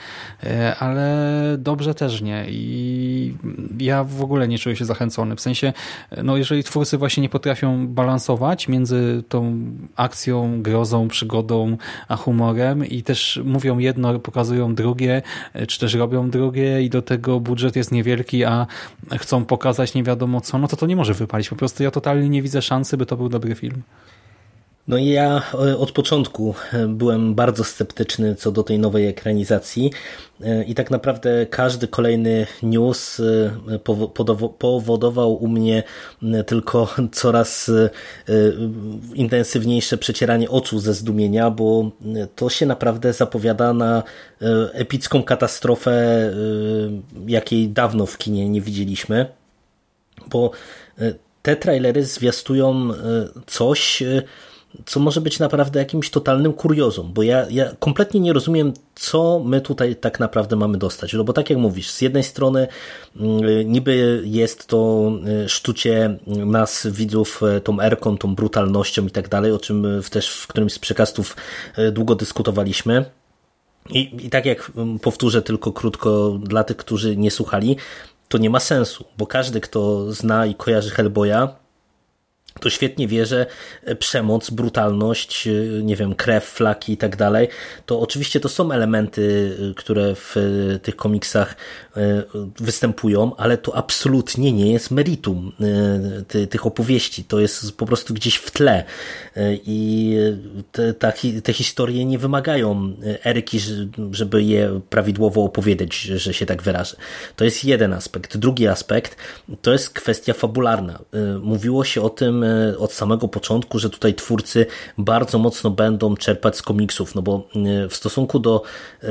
ale dobrze też nie i ja w ogóle nie czuję się zachęcony. W sensie, no jeżeli twórcy właśnie nie potrafią balansować między tą akcją, grozą, przygodą, a humorem i też mówią jedno, pokazują drugie, czy też robią drugie i do tego budżet jest niewielki, a chcą pokazać nie wiadomo co, no to to nie może wypalić. Po prostu ja totalnie nie widzę szansy, by to był dobry film. No i ja od początku byłem bardzo sceptyczny co do tej nowej ekranizacji i tak naprawdę każdy kolejny news powodował u mnie tylko coraz intensywniejsze przecieranie oczu ze zdumienia, bo to się naprawdę zapowiada na epicką katastrofę, jakiej dawno w kinie nie widzieliśmy, bo te trailery zwiastują coś, co może być naprawdę jakimś totalnym kuriozum, bo ja, ja kompletnie nie rozumiem, co my tutaj tak naprawdę mamy dostać. No bo tak jak mówisz, z jednej strony niby jest to sztucie nas, widzów, tą erką, tą brutalnością i tak dalej, o czym też w którymś z przekastów długo dyskutowaliśmy. I, I tak jak powtórzę tylko krótko dla tych, którzy nie słuchali, to nie ma sensu, bo każdy, kto zna i kojarzy Hellboya, to świetnie wie, że przemoc, brutalność, nie wiem, krew, flaki i tak dalej, to oczywiście to są elementy, które w tych komiksach występują, ale to absolutnie nie jest meritum tych opowieści. To jest po prostu gdzieś w tle i te, te historie nie wymagają erki, żeby je prawidłowo opowiedzieć, że się tak wyrażę. To jest jeden aspekt. Drugi aspekt to jest kwestia fabularna. Mówiło się o tym od samego początku, że tutaj twórcy bardzo mocno będą czerpać z komiksów, no bo w stosunku do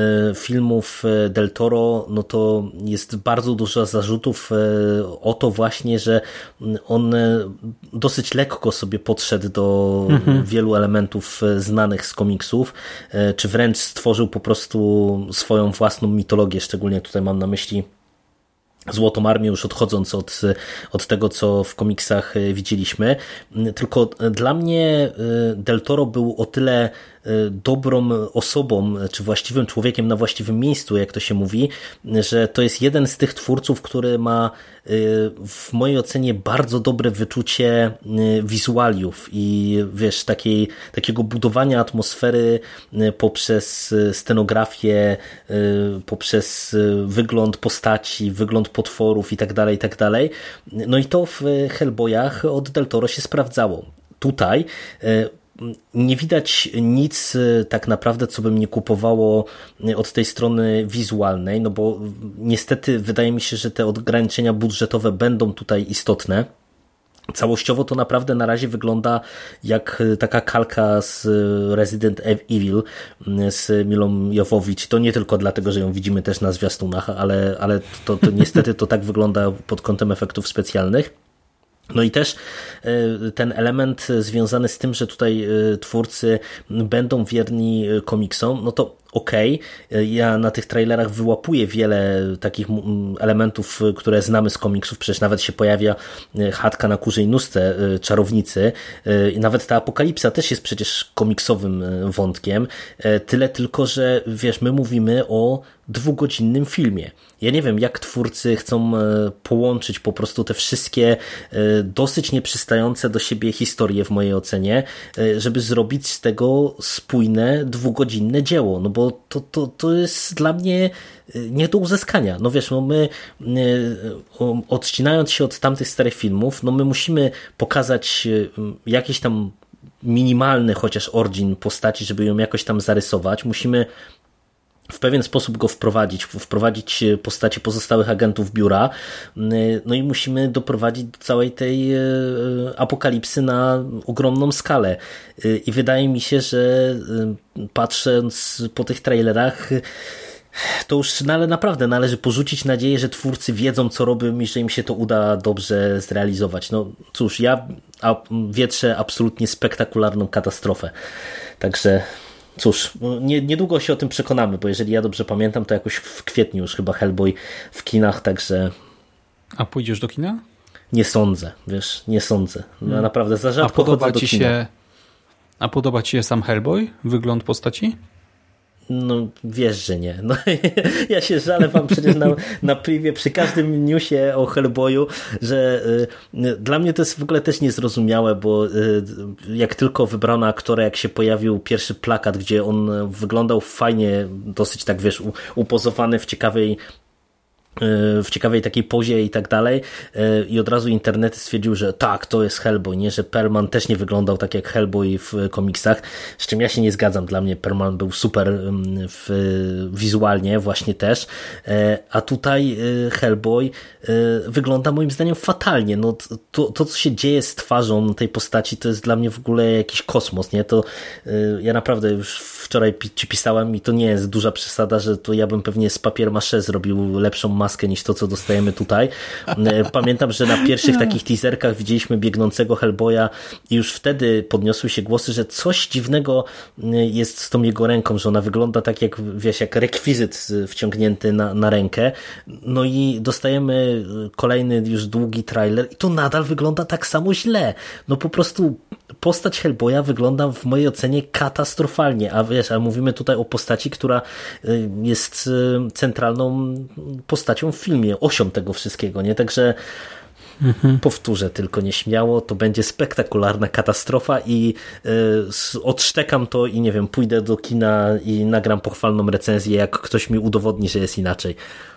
filmów Del Toro, no to jest bardzo dużo zarzutów o to właśnie, że on dosyć lekko sobie podszedł do mhm. wielu elementów znanych z komiksów, czy wręcz stworzył po prostu swoją własną mitologię, szczególnie tutaj mam na myśli Złotą Armię, już odchodząc od, od tego, co w komiksach widzieliśmy. Tylko dla mnie Del Toro był o tyle dobrą osobą, czy właściwym człowiekiem na właściwym miejscu, jak to się mówi, że to jest jeden z tych twórców, który ma w mojej ocenie bardzo dobre wyczucie wizualiów i wiesz, takiej, takiego budowania atmosfery poprzez scenografię, poprzez wygląd postaci, wygląd potworów i tak dalej, i tak dalej. No i to w Hellboyach od Del Toro się sprawdzało. Tutaj nie widać nic tak naprawdę, co by mnie kupowało od tej strony wizualnej, no bo niestety wydaje mi się, że te ograniczenia budżetowe będą tutaj istotne. Całościowo to naprawdę na razie wygląda jak taka kalka z Resident Evil z Milą Jovovich. To nie tylko dlatego, że ją widzimy też na zwiastunach, ale, ale to, to niestety to tak wygląda pod kątem efektów specjalnych. No i też ten element związany z tym, że tutaj twórcy będą wierni komiksom, no to okej, okay. Ja na tych trailerach wyłapuję wiele takich elementów, które znamy z komiksów, przecież nawet się pojawia chatka na kurzej nóżce czarownicy i nawet ta apokalipsa też jest przecież komiksowym wątkiem, tyle tylko, że wiesz, my mówimy o dwugodzinnym filmie. Ja nie wiem, jak twórcy chcą połączyć po prostu te wszystkie dosyć nieprzystające do siebie historie w mojej ocenie, żeby zrobić z tego spójne, dwugodzinne dzieło, no bo to, to, to jest dla mnie nie do uzyskania. No wiesz, no my odcinając się od tamtych starych filmów, no my musimy pokazać jakiś tam minimalny chociaż origin postaci, żeby ją jakoś tam zarysować. Musimy w pewien sposób go wprowadzić, wprowadzić postaci pozostałych agentów biura, no i musimy doprowadzić do całej tej apokalipsy na ogromną skalę. I wydaje mi się, że patrząc po tych trailerach, to już no, ale naprawdę należy porzucić nadzieję, że twórcy wiedzą, co robią i że im się to uda dobrze zrealizować. No cóż, ja wietrzę absolutnie spektakularną katastrofę. Także cóż, nie, niedługo się o tym przekonamy, bo jeżeli ja dobrze pamiętam, to jakoś w kwietniu już chyba Hellboy w kinach, także... A pójdziesz do kina? Nie sądzę, wiesz, nie sądzę. No, hmm. Naprawdę za rzadko A podoba chodzę do ci kina. Się, a podoba ci się sam Hellboy? Wygląd postaci? No wiesz, że nie. No, ja się żalę wam przecież na, na privie przy każdym newsie o Hellboyu, że y, dla mnie to jest w ogóle też niezrozumiałe, bo y, jak tylko wybrano aktora, jak się pojawił pierwszy plakat, gdzie on wyglądał fajnie, dosyć tak wiesz, u, upozowany w ciekawej w ciekawej takiej pozie i tak dalej i od razu internety stwierdził, że tak, to jest Hellboy, nie, że Perlman też nie wyglądał tak jak Hellboy w komiksach, z czym ja się nie zgadzam. Dla mnie Perlman był super w, wizualnie właśnie też, a tutaj Hellboy wygląda moim zdaniem fatalnie. No, to, to co się dzieje z twarzą tej postaci, to jest dla mnie w ogóle jakiś kosmos, nie, to ja naprawdę już wczoraj ci pisałem i to nie jest duża przesada, że to ja bym pewnie z papier mâché zrobił lepszą maskę niż to, co dostajemy tutaj. Pamiętam, że na pierwszych takich teaserkach widzieliśmy biegnącego Hellboya i już wtedy podniosły się głosy, że coś dziwnego jest z tą jego ręką, że ona wygląda tak jak, wiesz, jak rekwizyt wciągnięty na, na rękę. No i dostajemy kolejny już długi trailer i to nadal wygląda tak samo źle. No po prostu postać Hellboya wygląda w mojej ocenie katastrofalnie, a wiesz, a mówimy tutaj o postaci, która jest centralną postacią w filmie, osią tego wszystkiego, nie? Także mhm. powtórzę tylko nieśmiało, to będzie spektakularna katastrofa i y, odszczekam to i nie wiem, pójdę do kina i nagram pochwalną recenzję, jak ktoś mi udowodni, że jest inaczej.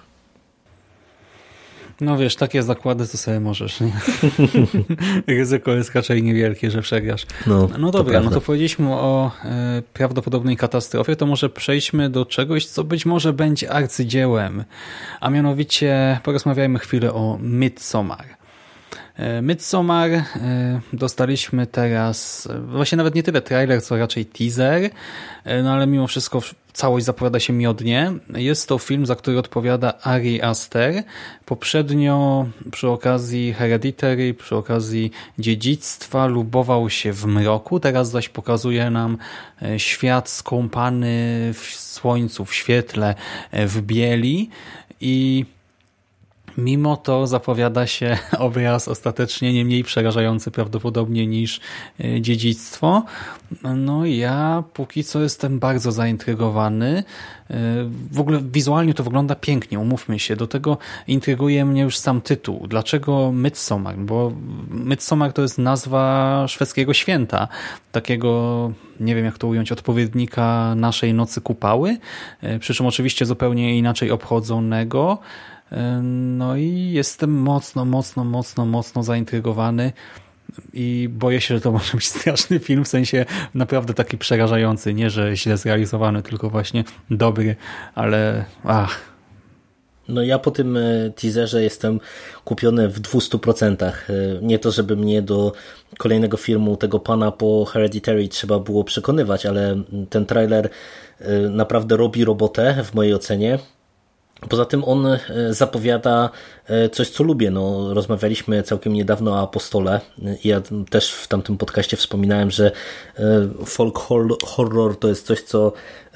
No wiesz, takie zakłady to sobie możesz, nie? Ryzyko jest raczej niewielkie, że przegrasz. No, no dobra, to no to powiedzieliśmy o e, prawdopodobnej katastrofie, to może przejdźmy do czegoś, co być może będzie arcydziełem, a mianowicie porozmawiajmy chwilę o Midsommar. Midsommar dostaliśmy teraz właśnie nawet nie tyle trailer, co raczej teaser, no ale mimo wszystko całość zapowiada się miodnie. Jest to film, za który odpowiada Ari Aster. Poprzednio przy okazji Hereditary, przy okazji Dziedzictwa lubował się w mroku, teraz zaś pokazuje nam świat skąpany w słońcu, w świetle, w bieli i Mimo to zapowiada się obraz ostatecznie nie mniej przerażający prawdopodobnie niż Dziedzictwo. No ja póki co jestem bardzo zaintrygowany. W ogóle wizualnie to wygląda pięknie, umówmy się. Do tego intryguje mnie już sam tytuł. Dlaczego Midsommar? Bo Midsommar to jest nazwa szwedzkiego święta. Takiego, nie wiem jak to ująć, odpowiednika naszej Nocy Kupały. Przy czym oczywiście zupełnie inaczej obchodzonego. No i jestem mocno, mocno, mocno, mocno zaintrygowany i boję się, że to może być straszny film, w sensie naprawdę taki przerażający, nie że źle zrealizowany, tylko właśnie dobry, ale ach. No ja po tym teaserze jestem kupiony w dwustu procentach. Nie to, żeby mnie do kolejnego filmu tego pana po Hereditary trzeba było przekonywać, ale ten trailer naprawdę robi robotę w mojej ocenie. Poza tym on zapowiada coś, co lubię. No, rozmawialiśmy całkiem niedawno o Apostole. Ja też w tamtym podcaście wspominałem, że folk horror to jest coś, co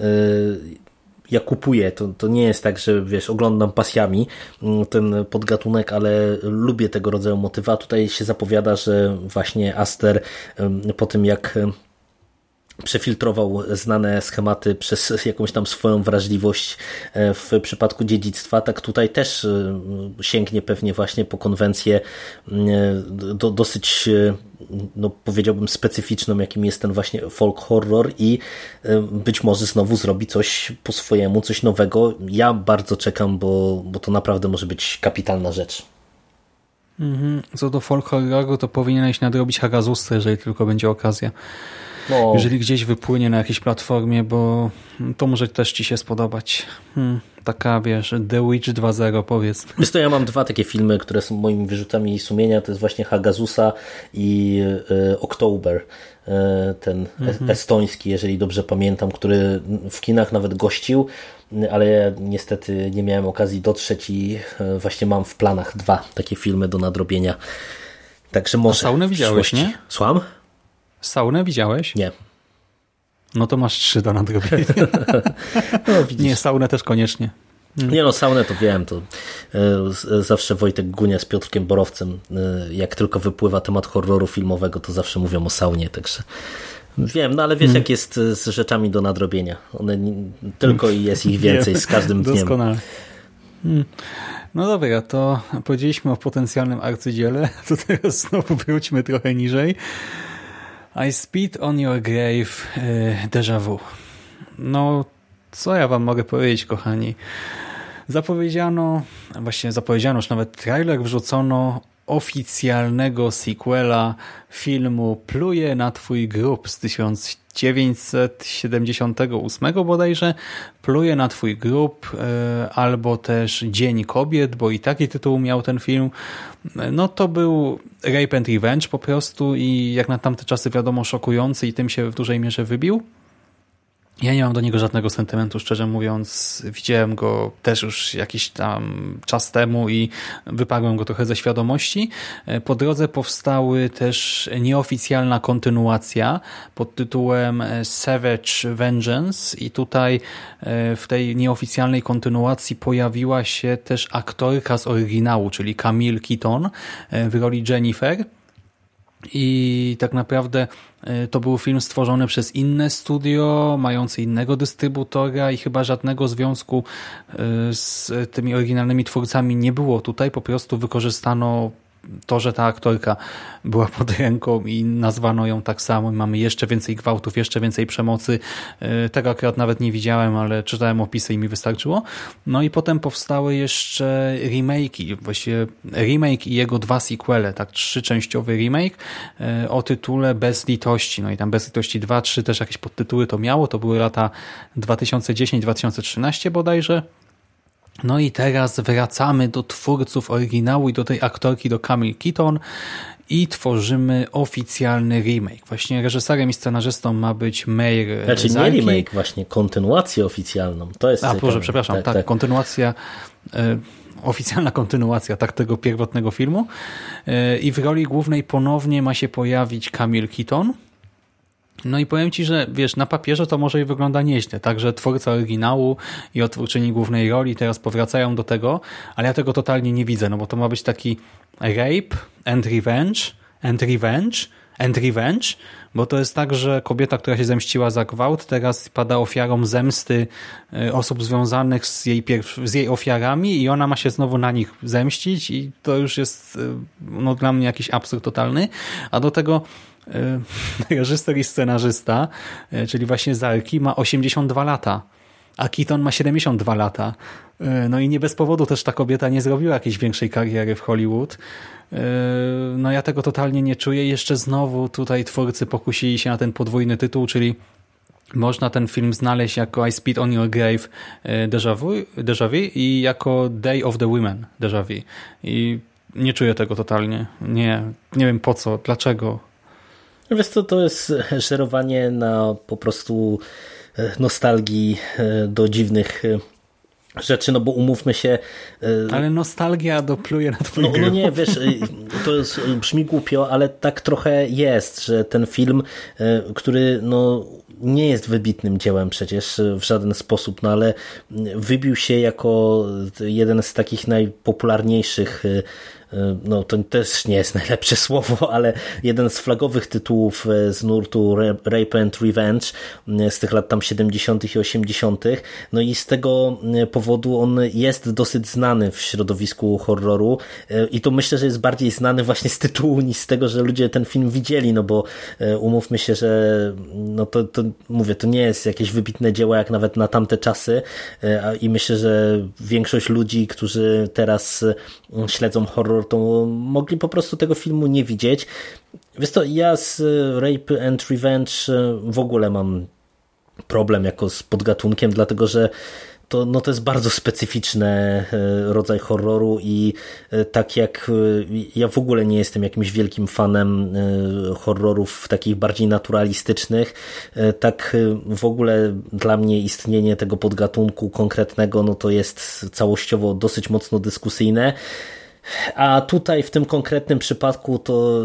ja kupuję. To, to nie jest tak, że wiesz, oglądam pasjami ten podgatunek, ale lubię tego rodzaju motywa. Tutaj się zapowiada, że właśnie Aster po tym jak przefiltrował znane schematy przez jakąś tam swoją wrażliwość w przypadku Dziedzictwa, tak tutaj też sięgnie pewnie właśnie po konwencję do, dosyć, no powiedziałbym, specyficzną, jakim jest ten właśnie folk horror i być może znowu zrobi coś po swojemu, coś nowego. Ja bardzo czekam, bo, bo to naprawdę może być kapitalna rzecz. Co do folk horroru, to powinieneś nadrobić Hagazustę, jeżeli tylko będzie okazja. No. Jeżeli gdzieś wypłynie na jakiejś platformie, bo to może też ci się spodobać. Hmm, taka, wiesz, The Witch dwa zero, powiedz. Wiesz to ja mam dwa takie filmy, które są moimi wyrzutami sumienia. To jest właśnie Hagazusa i y, October. Y, ten mm-hmm. estoński, jeżeli dobrze pamiętam, który w kinach nawet gościł, ale ja niestety nie miałem okazji dotrzeć i y, właśnie mam w planach dwa takie filmy do nadrobienia. Także może. A Saunę widziałeś, nie? Słucham? Saunę widziałeś? Nie. No to masz trzy do nadrobienia. No, nie, Saunę też koniecznie. Hmm. Nie no, Saunę to wiem. To y, zawsze Wojtek Gunia z Piotrkiem Borowcem, y, jak tylko wypływa temat horroru filmowego, to zawsze mówią o Saunie, także wiem, no ale wiesz hmm. jak jest z rzeczami do nadrobienia. One nie, tylko i jest ich więcej z każdym dniem. Doskonale. Hmm. No dobra, to powiedzieliśmy o potencjalnym arcydziele, to teraz znowu wróćmy trochę niżej. I Spit on Your Grave, Déjà Vu. No, co ja wam mogę powiedzieć, kochani? Zapowiedziano, właśnie zapowiedziano, już nawet trailer wrzucono oficjalnego sequela filmu Pluje na twój grób z tysiąc dziewięćset siedemdziesiątego ósmego bodajże. Pluje na twój grób, albo też Dzień Kobiet, bo i taki tytuł miał ten film. No to był Rape and Revenge po prostu i jak na tamte czasy wiadomo szokujący i tym się w dużej mierze wybił. Ja nie mam do niego żadnego sentymentu, szczerze mówiąc. Widziałem go też już jakiś tam czas temu i wyparłem go trochę ze świadomości. Po drodze powstały też nieoficjalna kontynuacja pod tytułem Savage Vengeance i tutaj w tej nieoficjalnej kontynuacji pojawiła się też aktorka z oryginału, czyli Camille Keaton w roli Jennifer. I tak naprawdę to był film stworzony przez inne studio, mający innego dystrybutora i chyba żadnego związku z tymi oryginalnymi twórcami nie było tutaj. Po prostu wykorzystano to, że ta aktorka była pod ręką i nazwano ją tak samo. Mamy jeszcze więcej gwałtów, jeszcze więcej przemocy. Tego akurat nawet nie widziałem, ale czytałem opisy i mi wystarczyło. No i potem powstały jeszcze remake'i, właściwie remake i jego dwa sequele, tak trzyczęściowy remake o tytule Bez litości. No i tam Bez litości dwa, trzy też jakieś podtytuły to miało. To były lata dwa tysiące dziesiąty do dwa tysiące trzynastego bodajże. No i teraz wracamy do twórców oryginału i do tej aktorki, do Camille Keaton i tworzymy oficjalny remake. Właśnie reżyserem i scenarzystą ma być Meir Znaczy Zarki. nie remake, właśnie kontynuację oficjalną. To jest A, ciekawe. Boże, przepraszam, tak, tak, tak. kontynuacja, y, oficjalna kontynuacja tak tego pierwotnego filmu. Y, I w roli głównej ponownie ma się pojawić Camille Keaton. No i powiem ci, że wiesz, na papierze to może i wygląda nieźle, także twórca oryginału i odtwórczyni głównej roli teraz powracają do tego, ale ja tego totalnie nie widzę, no bo to ma być taki rape and revenge, and revenge, and revenge, bo to jest tak, że kobieta, która się zemściła za gwałt, teraz pada ofiarą zemsty osób związanych z jej, pierw- z jej ofiarami i ona ma się znowu na nich zemścić i to już jest no, dla mnie jakiś absurd totalny, a do tego reżyser i scenarzysta, czyli właśnie Zarki, ma osiemdziesiąt dwa lata, a Keaton ma siedemdziesiąt dwa lata. No i nie bez powodu też ta kobieta nie zrobiła jakiejś większej kariery w Hollywood. No ja tego totalnie nie czuję. Jeszcze znowu tutaj twórcy pokusili się na ten podwójny tytuł, czyli można ten film znaleźć jako I Spit on Your Grave Déjà Vu, Déjà Vu i jako Day of the Women Déjà Vu. I nie czuję tego totalnie. Nie, nie wiem po co, dlaczego. Wiesz co, to jest żerowanie na po prostu nostalgii do dziwnych rzeczy, no bo umówmy się... Ale nostalgia dopluje na twój no, no nie, wiesz, to jest, brzmi głupio, ale tak trochę jest, że ten film, który no nie jest wybitnym dziełem przecież w żaden sposób, no ale wybił się jako jeden z takich najpopularniejszych, no to też nie jest najlepsze słowo, ale jeden z flagowych tytułów z nurtu Rape and Revenge z tych lat tam siedemdziesiątych i osiemdziesiątych. No i z tego powodu on jest dosyć znany w środowisku horroru i to myślę, że jest bardziej znany właśnie z tytułu niż z tego, że ludzie ten film widzieli, no bo umówmy się, że no to, to mówię, to nie jest jakieś wybitne dzieło jak nawet na tamte czasy i myślę, że większość ludzi, którzy teraz śledzą horror, to mogli po prostu tego filmu nie widzieć. Wiesz co, ja z Rape and Revenge w ogóle mam problem jako z podgatunkiem, dlatego że to, no to jest bardzo specyficzny rodzaj horroru i tak jak ja w ogóle nie jestem jakimś wielkim fanem horrorów takich bardziej naturalistycznych, tak w ogóle dla mnie istnienie tego podgatunku konkretnego, no to jest całościowo dosyć mocno dyskusyjne. A tutaj w tym konkretnym przypadku to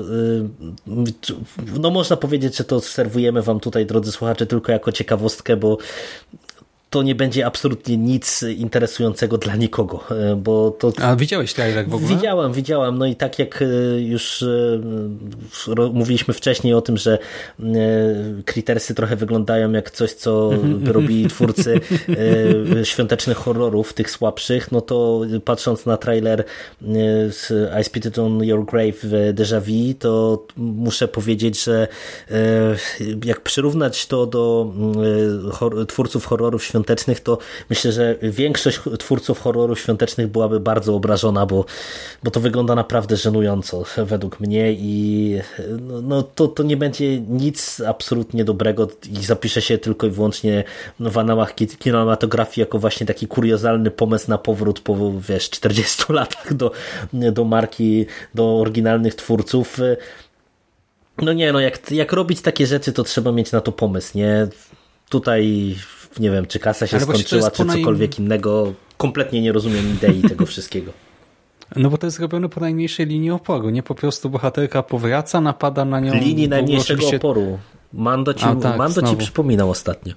no można powiedzieć, że to serwujemy wam tutaj, drodzy słuchacze, tylko jako ciekawostkę, bo to nie będzie absolutnie nic interesującego dla nikogo, bo to... A widziałeś trailer w ogóle? Widziałem, widziałem, no i tak jak już mówiliśmy wcześniej o tym, że Crittersy trochę wyglądają jak coś, co robili twórcy świątecznych horrorów, tych słabszych, no to patrząc na trailer I Spit on Your Grave Déjà Vu, to muszę powiedzieć, że jak przyrównać to do twórców horrorów świątecznych, to myślę, że większość twórców horrorów świątecznych byłaby bardzo obrażona, bo, bo to wygląda naprawdę żenująco według mnie i no, no to, to nie będzie nic absolutnie dobrego i zapisze się tylko i wyłącznie w annałach kinematografii jako właśnie taki kuriozalny pomysł na powrót po, wiesz, czterdziestu latach do, do marki, do oryginalnych twórców. No nie, no jak, jak robić takie rzeczy, to trzeba mieć na to pomysł, nie? Tutaj nie wiem, czy kasa się skończyła, czy cokolwiek naj... innego. Kompletnie nie rozumiem idei tego wszystkiego. No bo to jest robione po najmniejszej linii oporu. Nie po prostu bohaterka powraca, napada na nią... Linii najmniejszego oczywiście... oporu. Mando ci, A, tak, Mando ci przypominał ostatnio.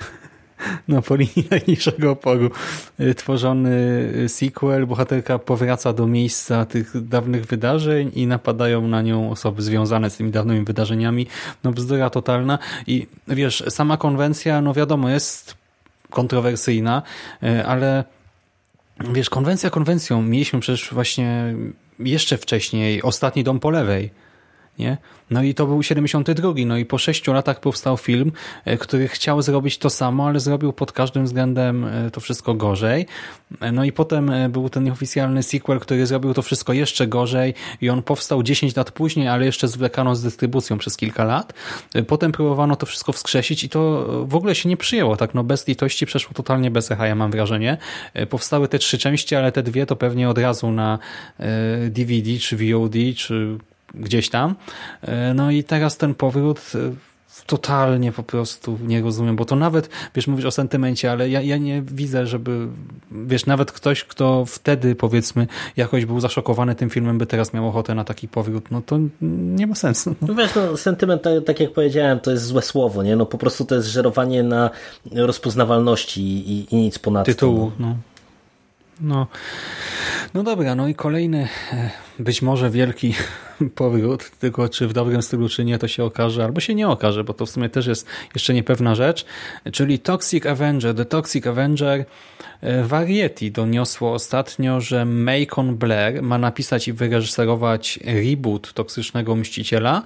No po linii najmniejszego oporu tworzony sequel, bohaterka powraca do miejsca tych dawnych wydarzeń i napadają na nią osoby związane z tymi dawnymi wydarzeniami. No bzdura totalna i wiesz, sama konwencja, no wiadomo, jest kontrowersyjna, ale wiesz, konwencja konwencją. Mieliśmy przecież właśnie jeszcze wcześniej Ostatni dom po lewej. Nie? No i to był siedemdziesiąty drugi, no i po sześciu latach powstał film, który chciał zrobić to samo, ale zrobił pod każdym względem to wszystko gorzej. No i potem był ten nieoficjalny sequel, który zrobił to wszystko jeszcze gorzej i on powstał dziesięć lat później, ale jeszcze zwlekano z dystrybucją przez kilka lat. Potem próbowano to wszystko wskrzesić i to w ogóle się nie przyjęło, tak no bez litości, przeszło totalnie bez echa, ja mam wrażenie. Powstały te trzy części, ale te dwie to pewnie od razu na D V D czy V O D czy gdzieś tam. No i teraz ten powrót totalnie po prostu nie rozumiem, bo to nawet, wiesz, mówisz o sentymencie, ale ja, ja nie widzę, żeby, wiesz, nawet ktoś, kto wtedy, powiedzmy, jakoś był zaszokowany tym filmem, by teraz miał ochotę na taki powrót, no to nie ma sensu. No wiesz, no, sentyment, tak, tak jak powiedziałem, to jest złe słowo, nie? No po prostu to jest żerowanie na rozpoznawalności i, i nic ponadto. Tytułu, no. No. No dobra, no i kolejny, być może wielki powrót, tylko czy w dobrym stylu, czy nie, to się okaże, albo się nie okaże, bo to w sumie też jest jeszcze niepewna rzecz, czyli Toxic Avenger. The Toxic Avenger. Variety doniosło ostatnio, że Macon Blair ma napisać i wyreżyserować reboot Toksycznego Mściciela.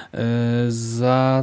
Za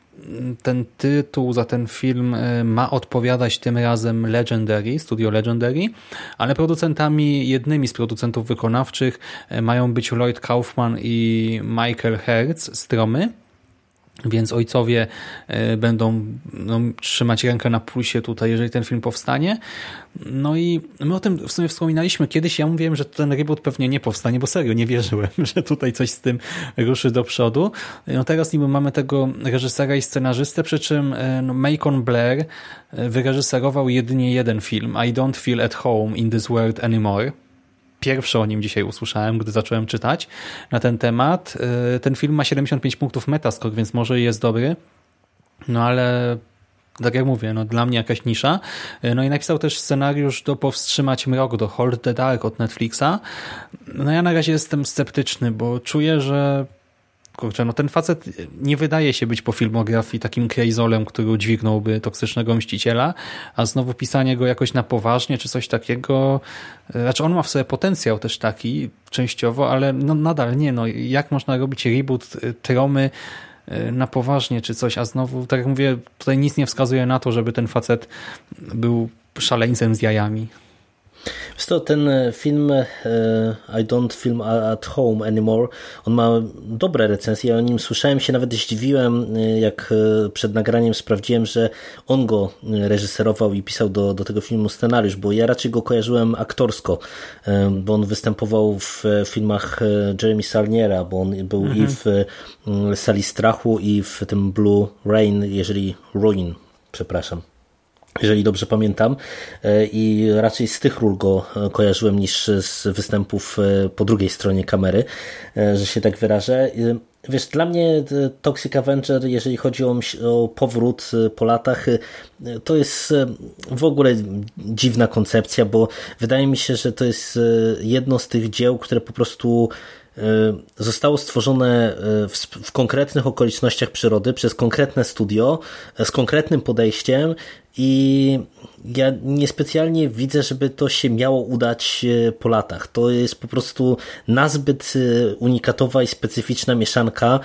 ten tytuł, za ten film ma odpowiadać tym razem Legendary, studio Legendary, ale producentami, jednymi z producentów wykonawczych mają być Lloyd Kaufman i Michael Herz z Tromy. Więc ojcowie będą no, trzymać rękę na pulsie tutaj, jeżeli ten film powstanie. No i my o tym w sumie wspominaliśmy kiedyś. Ja mówiłem, że ten reboot pewnie nie powstanie, bo serio nie wierzyłem, że tutaj coś z tym ruszy do przodu. No teraz niby mamy tego reżysera i scenarzystę, przy czym no, Macon Blair wyreżyserował jedynie jeden film, I Don't Feel at Home in This World Anymore. Pierwszy o nim dzisiaj usłyszałem, gdy zacząłem czytać na ten temat. Ten film ma siedemdziesiąt pięć punktów Metascore, więc może jest dobry. No ale tak jak mówię, no dla mnie jakaś nisza. No i napisał też scenariusz do Powstrzymać Mrok, do Hold the Dark od Netflixa. No ja na razie jestem sceptyczny, bo czuję, że kurczę, no ten facet nie wydaje się być po filmografii takim krejzolem, który udźwignąłby Toksycznego Mściciela, a znowu pisanie go jakoś na poważnie, czy coś takiego, znaczy on ma w sobie potencjał też taki, częściowo, ale no nadal nie, no jak można robić reboot Tromy na poważnie, czy coś, a znowu, tak jak mówię, tutaj nic nie wskazuje na to, żeby ten facet był szaleńcem z jajami. Wiesz to, ten film I Don't Film at Home Anymore, on ma dobre recenzje, ja o nim słyszałem, się nawet zdziwiłem, jak przed nagraniem sprawdziłem, że on go reżyserował i pisał do, do tego filmu scenariusz, bo ja raczej go kojarzyłem aktorsko, bo on występował w filmach Jeremy Sarniera, bo on był mhm. i w Sali Strachu, i w tym Blue Rain, jeżeli Ruin, przepraszam. Jeżeli dobrze pamiętam, i raczej z tych ról go kojarzyłem niż z występów po drugiej stronie kamery, że się tak wyrażę. Wiesz, dla mnie Toxic Avenger, jeżeli chodzi o, o powrót po latach, to jest w ogóle dziwna koncepcja, bo wydaje mi się, że to jest jedno z tych dzieł, które po prostu zostało stworzone w, w konkretnych okolicznościach przyrody przez konkretne studio z konkretnym podejściem i ja niespecjalnie widzę, żeby to się miało udać po latach. To jest po prostu nazbyt unikatowa i specyficzna mieszanka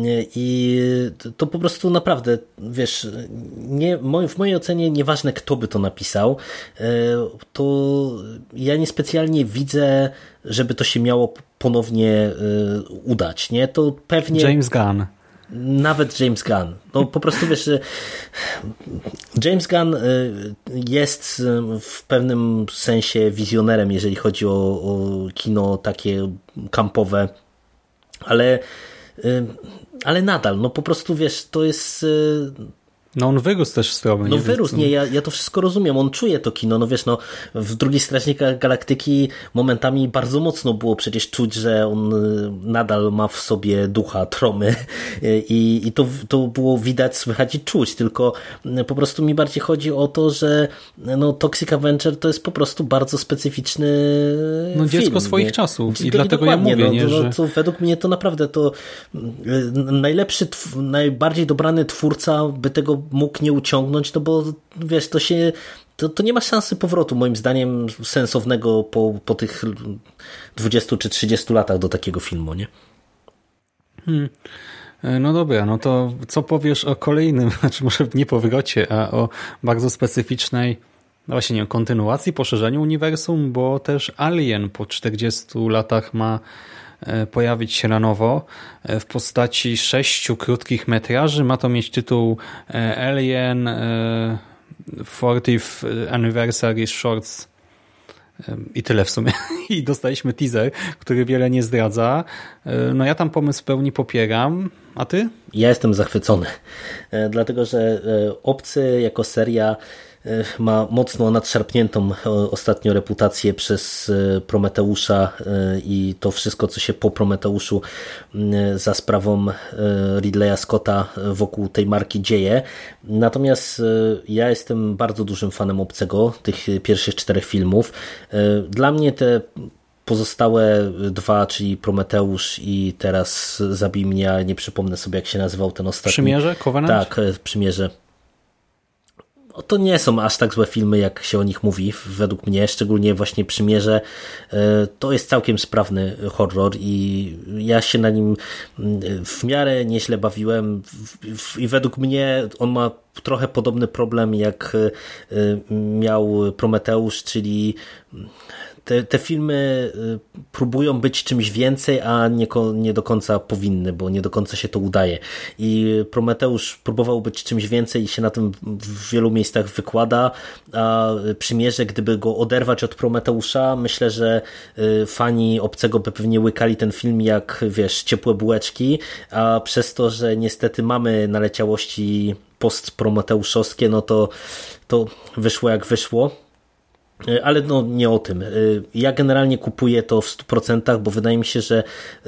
i to po prostu naprawdę, wiesz, nie, w mojej ocenie nieważne, kto by to napisał, to ja niespecjalnie widzę, żeby to się miało ponownie udać, nie? To pewnie... James Gunn. Nawet James Gunn. No po prostu wiesz, że James Gunn jest w pewnym sensie wizjonerem, jeżeli chodzi o, o kino takie kampowe, ale, ale nadal, no po prostu wiesz, to jest... No on wyrósł też z Tromy. No wyrósł, nie, ja, ja to wszystko rozumiem, on czuje to kino, no wiesz, no w Drugich Strażnikach Galaktyki momentami bardzo mocno było przecież czuć, że on nadal ma w sobie ducha Tromy i, i to, to było widać, słychać i czuć, tylko po prostu mi bardziej chodzi o to, że no Toxic Avenger to jest po prostu bardzo specyficzny no, film. Dziecko swoich nie? czasów i, I dlatego ja mówię, no, nie, to, że... to według mnie to naprawdę to najlepszy, najbardziej dobrany twórca by tego mógł nie uciągnąć, no bo wiesz, to się to, to nie ma szansy powrotu moim zdaniem sensownego po, po tych dwudziestu czy trzydziestu latach do takiego filmu, nie? Hmm. No dobra, no to co powiesz o kolejnym, znaczy może nie powrocie, a o bardzo specyficznej no właśnie nie wiem, kontynuacji, poszerzeniu uniwersum, bo też Alien po czterdziestu latach ma pojawić się na nowo w postaci sześciu krótkich metraży. Ma to mieć tytuł Alien czterdziesty Anniversary Shorts I tyle w sumie. I dostaliśmy teaser, który wiele nie zdradza. No ja tam pomysł w pełni popieram. A ty? Ja jestem zachwycony, dlatego że Obcy jako seria ma mocno nadszarpniętą ostatnio reputację przez Prometeusza i to wszystko, co się po Prometeuszu za sprawą Ridleya Scotta wokół tej marki dzieje. Natomiast ja jestem bardzo dużym fanem Obcego, tych pierwszych czterech filmów. Dla mnie te pozostałe dwa, czyli Prometeusz i teraz Zabij mnie, nie przypomnę sobie, jak się nazywał ten ostatni. Przymierze? Covenant? Tak, Przymierze. To nie są aż tak złe filmy, jak się o nich mówi, według mnie, szczególnie właśnie Przymierze. To jest całkiem sprawny horror i ja się na nim w miarę nieźle bawiłem i według mnie on ma trochę podobny problem, jak miał Prometeusz, czyli Te, te filmy próbują być czymś więcej, a nie, nie do końca powinny, bo nie do końca się to udaje. I Prometeusz próbował być czymś więcej i się na tym w wielu miejscach wykłada, a Przymierze, gdyby go oderwać od Prometeusza, myślę, że fani Obcego by pewnie łykali ten film jak, wiesz, ciepłe bułeczki, a przez to, że niestety mamy naleciałości postprometeuszowskie, no to, to wyszło jak wyszło. Ale no nie o tym. Ja generalnie kupuję to w stu procentach, bo wydaje mi się, że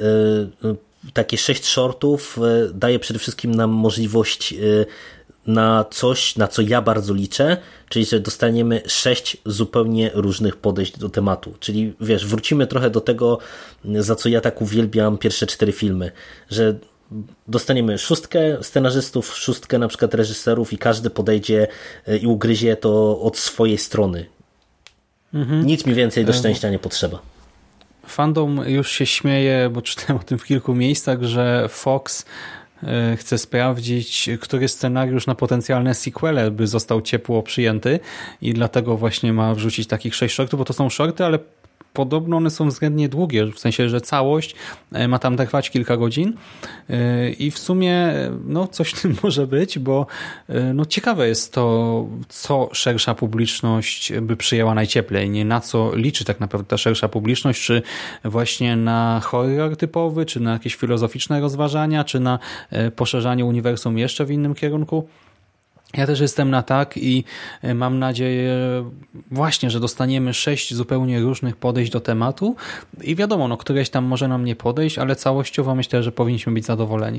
takie sześć shortów daje przede wszystkim nam możliwość na coś, na co ja bardzo liczę, czyli że dostaniemy sześć zupełnie różnych podejść do tematu. Czyli wiesz, wrócimy trochę do tego, za co ja tak uwielbiam pierwsze cztery filmy, że dostaniemy szóstkę scenarzystów, szóstkę na przykład reżyserów i każdy podejdzie i ugryzie to od swojej strony. Mhm. Nic mi więcej do szczęścia nie potrzeba. Fandom już się śmieje, bo czytałem o tym w kilku miejscach, że Fox chce sprawdzić, który scenariusz na potencjalne sequele by został ciepło przyjęty i dlatego właśnie ma wrzucić takich sześć shortów, bo to są shorty, ale podobno one są względnie długie, w sensie, że całość ma tam trwać kilka godzin i w sumie no coś w tym może być, bo no ciekawe jest to, co szersza publiczność by przyjęła najcieplej, nie na co liczy tak naprawdę ta szersza publiczność, czy właśnie na horror typowy, czy na jakieś filozoficzne rozważania, czy na poszerzanie uniwersum jeszcze w innym kierunku. Ja też jestem na tak i mam nadzieję właśnie, że dostaniemy sześć zupełnie różnych podejść do tematu i wiadomo, no któreś tam może nam nie podejść, ale całościowo myślę, że powinniśmy być zadowoleni.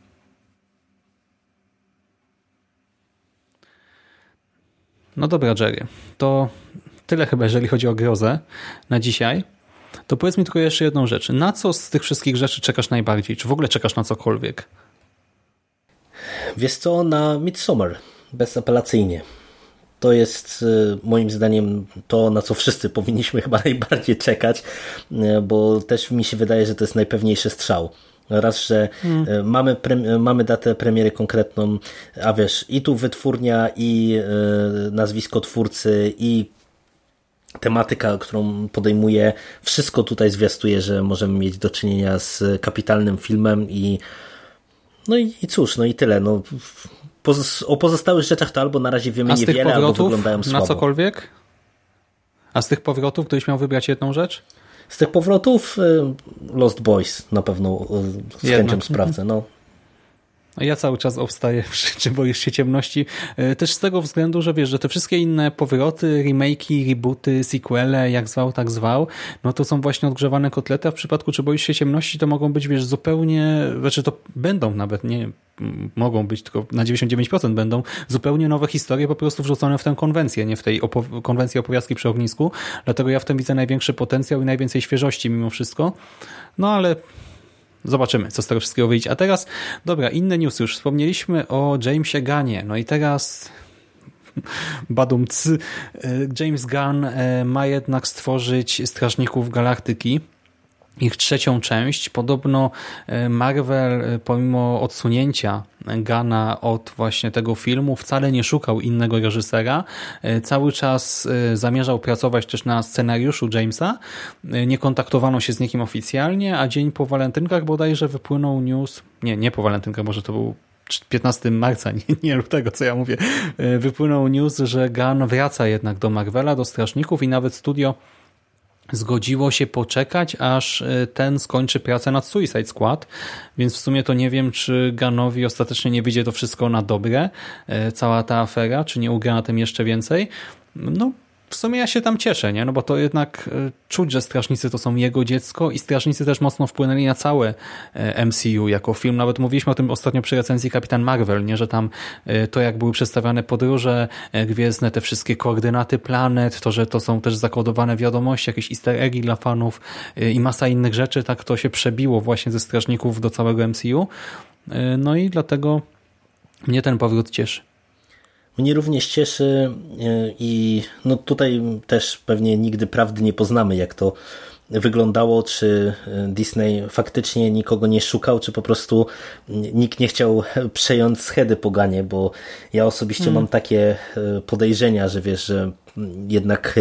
No dobra, Jerry, to tyle chyba, jeżeli chodzi o grozę na dzisiaj. To powiedz mi tylko jeszcze jedną rzecz. Na co z tych wszystkich rzeczy czekasz najbardziej? Czy w ogóle czekasz na cokolwiek? Wiesz co, na Midsommar. Bezapelacyjnie. To jest moim zdaniem to, na co wszyscy powinniśmy chyba najbardziej czekać, bo też mi się wydaje, że to jest najpewniejszy strzał. Raz, że hmm. mamy, pre, mamy datę premiery konkretną, a wiesz, i tu wytwórnia, i nazwisko twórcy, i tematyka, którą podejmuje, wszystko tutaj zwiastuje, że możemy mieć do czynienia z kapitalnym filmem i no i, i cóż, no i tyle. No, poz, o pozostałych rzeczach to albo na razie wiemy niewiele, albo wyglądają słabo. Na cokolwiek? A z tych powrotów, gdybyś miał wybrać jedną rzecz? Z tych powrotów Lost Boys na pewno z Jedno. chęcią sprawdzę. No. Ja cały czas obstaję przy Czy boisz się ciemności. Też z tego względu, że wiesz, że te wszystkie inne powroty, remake'i, rebooty, sequele, jak zwał, tak zwał, no to są właśnie odgrzewane kotlety, a w przypadku Czy boisz się ciemności to mogą być, wiesz, zupełnie, znaczy to będą nawet, nie mogą być, tylko na dziewięćdziesiąt dziewięć procent będą zupełnie nowe historie po prostu wrzucone w tę konwencję, nie w tej opow- konwencji opowiastki przy ognisku. Dlatego ja w tym widzę największy potencjał i najwięcej świeżości mimo wszystko. No ale zobaczymy, co z tego wszystkiego wyjdzie. A teraz, dobra, inne news już. Wspomnieliśmy o Jamesie Gunnie. No i teraz badum c. James Gunn ma jednak stworzyć Strażników Galaktyki. Ich trzecią część. Podobno Marvel, pomimo odsunięcia Gunna od właśnie tego filmu, wcale nie szukał innego reżysera. Cały czas zamierzał pracować też na scenariuszu Jamesa. Nie kontaktowano się z nikim oficjalnie, a dzień po walentynkach bodajże wypłynął news, nie, nie po walentynkach, może to był piętnastego marca, nie, nie lutego, co ja mówię, wypłynął news, że Gunn wraca jednak do Marvela, do Strażników i nawet studio zgodziło się poczekać, aż ten skończy pracę nad Suicide Squad, więc w sumie to nie wiem, czy Gunnowi ostatecznie nie wyjdzie to wszystko na dobre, cała ta afera, czy nie ugra na tym jeszcze więcej. No, w sumie ja się tam cieszę, nie? No bo to jednak czuć, że Strażnicy to są jego dziecko i Strażnicy też mocno wpłynęli na całe M C U jako film. Nawet mówiliśmy o tym ostatnio przy recenzji Kapitan Marvel, nie? Że tam to, jak były przedstawiane podróże gwiezdne, te wszystkie koordynaty planet, to, że to są też zakodowane wiadomości, jakieś easter eggi dla fanów i masa innych rzeczy, tak to się przebiło właśnie ze Strażników do całego M C U. No i dlatego mnie ten powrót cieszy. Mnie również cieszy i no tutaj też pewnie nigdy prawdy nie poznamy, jak to wyglądało, czy Disney faktycznie nikogo nie szukał, czy po prostu nikt nie chciał przejąć schedy po Gunnie, bo ja osobiście hmm. mam takie podejrzenia, że wiesz, że jednak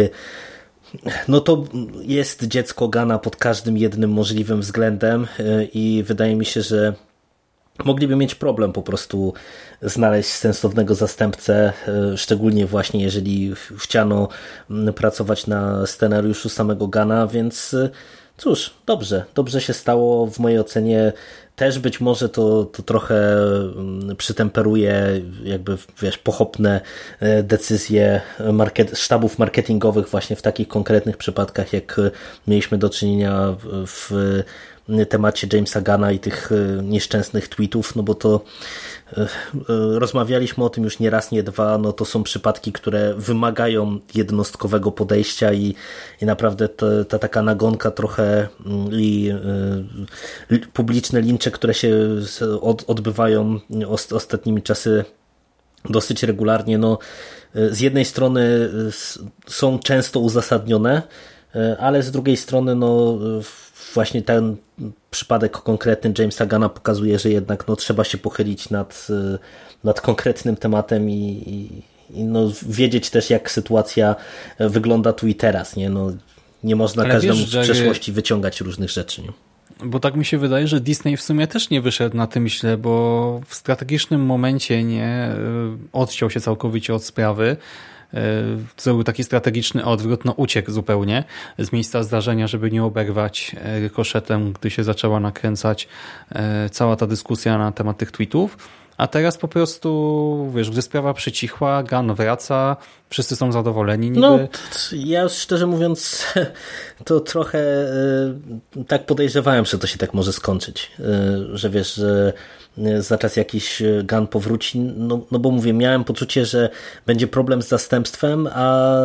no to jest dziecko Gunna pod każdym jednym możliwym względem i wydaje mi się, że mogliby mieć problem po prostu znaleźć sensownego zastępcę, szczególnie właśnie jeżeli chciano pracować na scenariuszu samego Gunna, więc cóż, dobrze, dobrze się stało w mojej ocenie. Też być może to, to trochę przytemperuje jakby, wiesz, pochopne decyzje market, sztabów marketingowych właśnie w takich konkretnych przypadkach, jak mieliśmy do czynienia w temacie Jamesa Gunna i tych nieszczęsnych tweetów, no bo to rozmawialiśmy o tym już nie raz, nie dwa, no to są przypadki, które wymagają jednostkowego podejścia i, i naprawdę ta, ta taka nagonka trochę i y, publiczne lincze, które się od, odbywają ost, ostatnimi czasy dosyć regularnie, no z jednej strony są często uzasadnione, ale z drugiej strony no właśnie ten przypadek konkretny Jamesa Gunna pokazuje, że jednak no, trzeba się pochylić nad, nad konkretnym tematem i, i, i no, wiedzieć też, jak sytuacja wygląda tu i teraz. Nie, no, nie można ale każdemu wiesz, z przeszłości jak... wyciągać różnych rzeczy. Nie? Bo tak mi się wydaje, że Disney w sumie też nie wyszedł na tym źle, bo w strategicznym momencie nie odciął się całkowicie od sprawy. Zrobił taki strategiczny odwrót, no uciekł zupełnie z miejsca zdarzenia, żeby nie oberwać rykoszetem, gdy się zaczęła nakręcać cała ta dyskusja na temat tych tweetów. A teraz po prostu, wiesz, gdy sprawa przycichła, Gunn wraca, wszyscy są zadowoleni niby. No, ja szczerze mówiąc to trochę tak podejrzewałem, że to się tak może skończyć, że wiesz, że za czas jakiś Gunn powróci, no, no bo mówię, miałem poczucie, że będzie problem z zastępstwem, a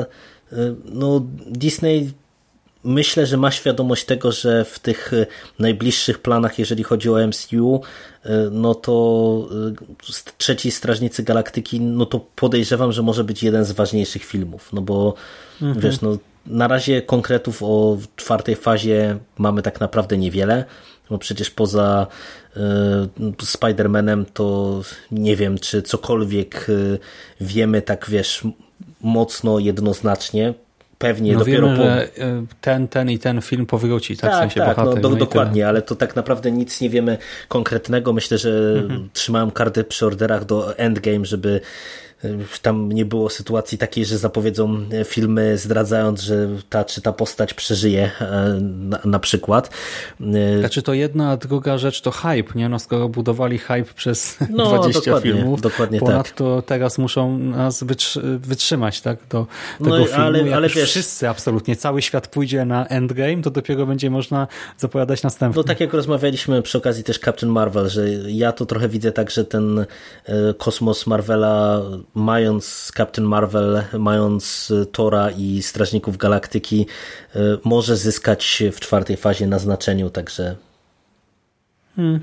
no Disney myślę, że ma świadomość tego, że w tych najbliższych planach, jeżeli chodzi o M C U, no to Trzeci Strażnicy Galaktyki, no to podejrzewam, że może być jeden z ważniejszych filmów, no bo mhm. wiesz, no na razie konkretów o czwartej fazie mamy tak naprawdę niewiele, bo przecież poza y, Spider-Manem to nie wiem, czy cokolwiek y, wiemy tak, wiesz, mocno, jednoznacznie. Pewnie no dopiero wiemy, po... że ten, ten i ten film powróci, tak? Tak, w sensie tak, bohater, no, do, no dokładnie, ale to tak naprawdę nic nie wiemy konkretnego. Myślę, że mhm. trzymałem kartę przy orderach do Endgame, żeby tam nie było sytuacji takiej, że zapowiedzą filmy zdradzając, że ta czy ta postać przeżyje na, na przykład. Znaczy to jedna, a druga rzecz to hype, nie? No skoro budowali hype przez no, dwadzieścia dokładnie, filmów, dokładnie ponadto tak. teraz muszą nas wytrzymać, tak? Do tego no, filmu. Ale, Jak ale już wiesz, wszyscy absolutnie, cały świat pójdzie na Endgame, to dopiero będzie można zapowiadać następny. No tak jak rozmawialiśmy przy okazji też Captain Marvel, że ja to trochę widzę tak, że ten kosmos Marvela, mając Captain Marvel, mając Thora i Strażników Galaktyki, może zyskać w czwartej fazie na znaczeniu, także hmm.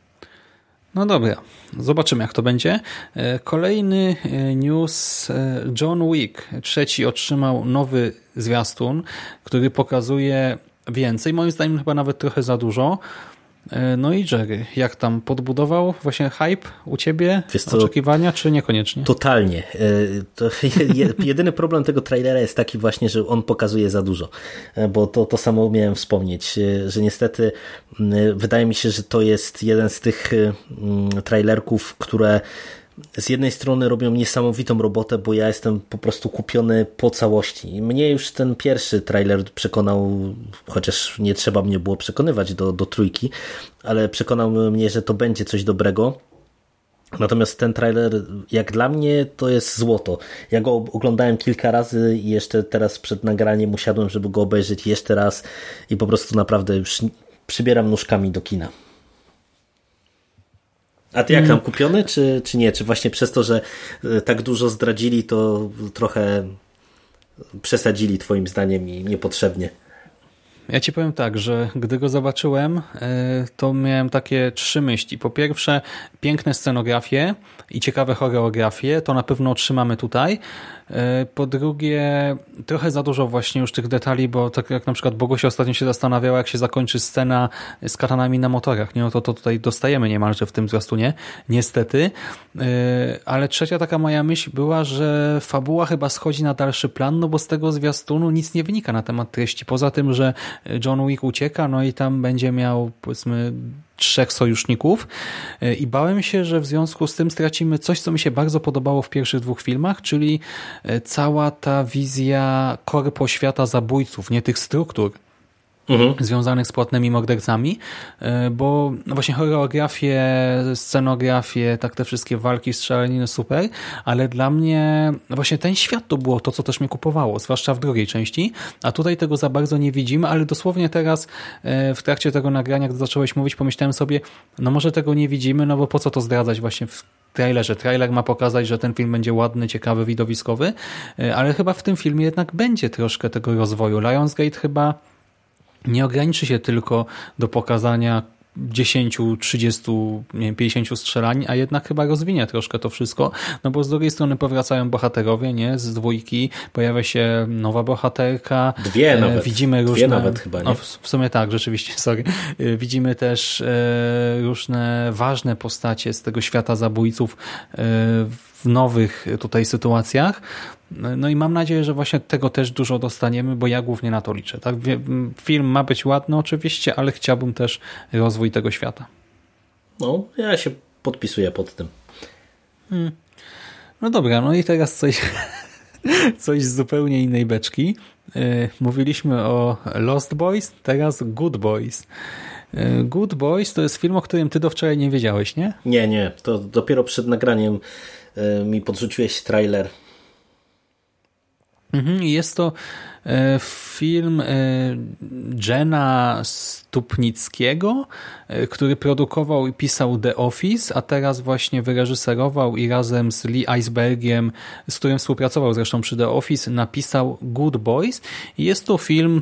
No dobra, zobaczymy jak to będzie. Kolejny news. John Wick trzeci otrzymał nowy zwiastun, który pokazuje więcej, moim zdaniem chyba nawet trochę za dużo. No i Jerry, jak tam podbudował właśnie hype u ciebie? Co, oczekiwania, czy niekoniecznie? Totalnie. To jedyny problem tego trailera jest taki właśnie, że on pokazuje za dużo, bo to, to samo miałem wspomnieć, że niestety wydaje mi się, że to jest jeden z tych trailerków, które z jednej strony robią niesamowitą robotę, bo ja jestem po prostu kupiony po całości. Mnie już ten pierwszy trailer przekonał, chociaż nie trzeba mnie było przekonywać do, do trójki, ale przekonał mnie, że to będzie coś dobrego. Natomiast ten trailer, jak dla mnie, to jest złoto. Ja go oglądałem kilka razy i jeszcze teraz przed nagraniem usiadłem, żeby go obejrzeć jeszcze raz i po prostu naprawdę już przybieram nóżkami do kina. A ty jak tam, kupiony, czy, czy nie? Czy właśnie przez to, że tak dużo zdradzili, to trochę przesadzili twoim zdaniem i niepotrzebnie? Ja ci powiem tak, że gdy go zobaczyłem, to miałem takie trzy myśli. Po pierwsze, piękne scenografie i ciekawe choreografie, to na pewno otrzymamy tutaj. Po drugie, trochę za dużo właśnie już tych detali, bo tak jak na przykład Bogusia ostatnio się zastanawiała, jak się zakończy scena z katanami na motorach. Nie? No to, to tutaj dostajemy niemalże w tym zwiastunie, niestety. Ale trzecia taka moja myśl była, że fabuła chyba schodzi na dalszy plan, no bo z tego zwiastunu nic nie wynika na temat treści. Poza tym, że John Wick ucieka, no i tam będzie miał, powiedzmy, trzech sojuszników i bałem się, że w związku z tym stracimy coś, co mi się bardzo podobało w pierwszych dwóch filmach, czyli cała ta wizja korpo świata zabójców, nie tych struktur mhm. związanych z płatnymi mordercami, bo no właśnie choreografię, scenografię, tak te wszystkie walki, strzelaniny super, ale dla mnie no właśnie ten świat to było to, co też mnie kupowało, zwłaszcza w drugiej części, a tutaj tego za bardzo nie widzimy, ale dosłownie teraz w trakcie tego nagrania, gdy zacząłeś mówić, pomyślałem sobie, no może tego nie widzimy, no bo po co to zdradzać właśnie w trailerze. Trailer ma pokazać, że ten film będzie ładny, ciekawy, widowiskowy, ale chyba w tym filmie jednak będzie troszkę tego rozwoju. Lionsgate chyba nie ograniczy się tylko do pokazania dziesięciu, trzydziestu, nie wiem, pięćdziesięciu strzelań, a jednak chyba rozwinie troszkę to wszystko, no bo z drugiej strony powracają bohaterowie, nie? Z dwójki pojawia się nowa bohaterka. Dwie nawet. Widzimy różne, Dwie nawet chyba, nie? No, w sumie tak, rzeczywiście, sorry. Widzimy też e, różne ważne postacie z tego świata zabójców e, w nowych tutaj sytuacjach. No i mam nadzieję, że właśnie tego też dużo dostaniemy, bo ja głównie na to liczę. Tak? Film ma być ładny oczywiście, ale chciałbym też rozwój tego świata. No, ja się podpisuję pod tym. Hmm. No dobra, no i teraz coś, coś z zupełnie innej beczki. Mówiliśmy o Lost Boys, teraz Good Boys. Good Boys to jest film, o którym ty do wczoraj nie wiedziałeś, nie? Nie, nie. To dopiero przed nagraniem mi podrzuciłeś trailer. Jest to film Jena Stupnickiego, który produkował i pisał The Office, a teraz właśnie wyreżyserował i razem z Lee Icebergiem, z którym współpracował zresztą przy The Office, napisał Good Boys. I jest to film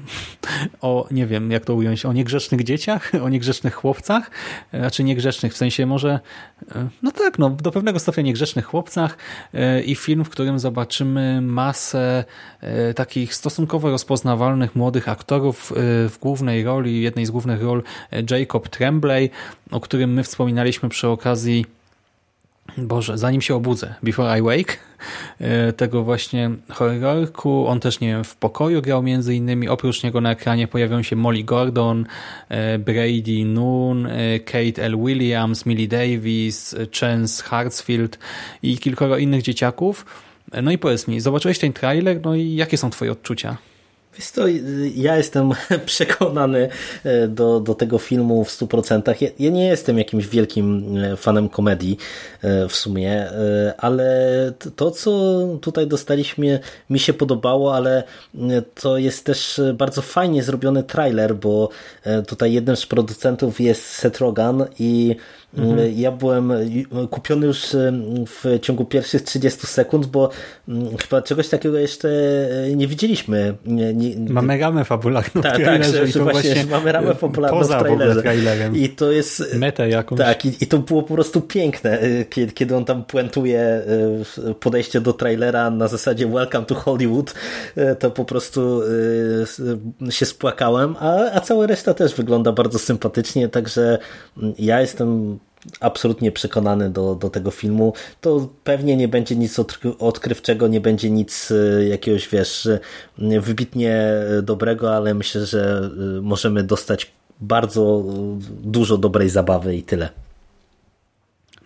o, nie wiem jak to ująć, o niegrzecznych dzieciach, o niegrzecznych chłopcach, znaczy niegrzecznych w sensie może, no tak, no do pewnego stopnia niegrzecznych chłopcach i film, w którym zobaczymy masę takich stosunkowo rozpoznawalnych młodych aktorów, w głównej roli, jednej z głównych ról Jacob Tremblay, o którym my wspominaliśmy przy okazji Boże, zanim się obudzę, Before I Wake, tego właśnie horrorku. On też, nie wiem, w Pokoju grał między innymi. Oprócz niego na ekranie pojawią się Molly Gordon, Brady Noon, Kate L. Williams, Millie Davis, Chance Hartsfield i kilkoro innych dzieciaków. No i powiedz mi, zobaczyłeś ten trailer, no i jakie są twoje odczucia? Wiesz co, ja jestem przekonany do, do tego filmu w stu procentach. Ja, ja nie jestem jakimś wielkim fanem komedii w sumie, ale to, co tutaj dostaliśmy, mi się podobało, ale to jest też bardzo fajnie zrobiony trailer, bo tutaj jednym z producentów jest Seth Rogen i Mhm. ja byłem kupiony już w ciągu pierwszych trzydziestu sekund, bo chyba czegoś takiego jeszcze nie widzieliśmy. Nie, nie, mamy ramę fabularną tak, w trailerze. Tak, że, że właśnie, właśnie mamy ramę fabularną poza w trailerze. trailerem. I to jest... Metę jakąś. Tak, i, i to było po prostu piękne, kiedy, kiedy on tam puentuje podejście do trailera na zasadzie Welcome to Hollywood, to po prostu się spłakałem, a, a cała reszta też wygląda bardzo sympatycznie, także ja jestem absolutnie przekonany do, do tego filmu. To pewnie nie będzie nic odkrywczego, nie będzie nic jakiegoś, wiesz, wybitnie dobrego, ale myślę, że możemy dostać bardzo dużo dobrej zabawy i tyle.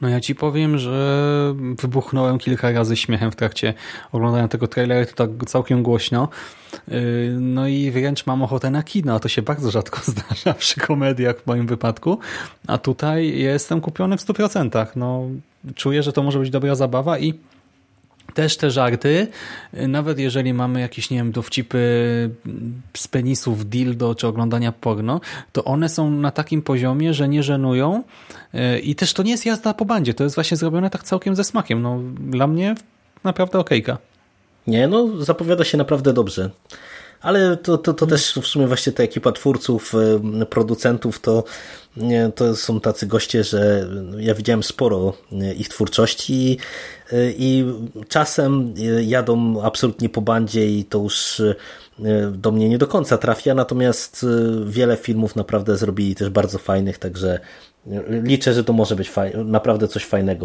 No ja ci powiem, że wybuchnąłem kilka razy śmiechem w trakcie oglądania tego trailera, to tak całkiem głośno. No i wręcz mam ochotę na kino, a to się bardzo rzadko zdarza przy komediach w moim wypadku, a tutaj jestem kupiony w stu procentach. No, czuję, że to może być dobra zabawa i też te żarty, nawet jeżeli mamy jakieś, nie wiem, dowcipy z penisów, dildo czy oglądania porno, to one są na takim poziomie, że nie żenują i też to nie jest jazda po bandzie, to jest właśnie zrobione tak całkiem ze smakiem. No, dla mnie naprawdę okejka. Nie, no zapowiada się naprawdę dobrze. Ale to, to, to też w sumie właśnie ta ekipa twórców, producentów, to, to są tacy goście, że ja widziałem sporo ich twórczości i, i czasem jadą absolutnie po bandzie i to już do mnie nie do końca trafia, natomiast wiele filmów naprawdę zrobili też bardzo fajnych, także liczę, że to może być faj- naprawdę coś fajnego.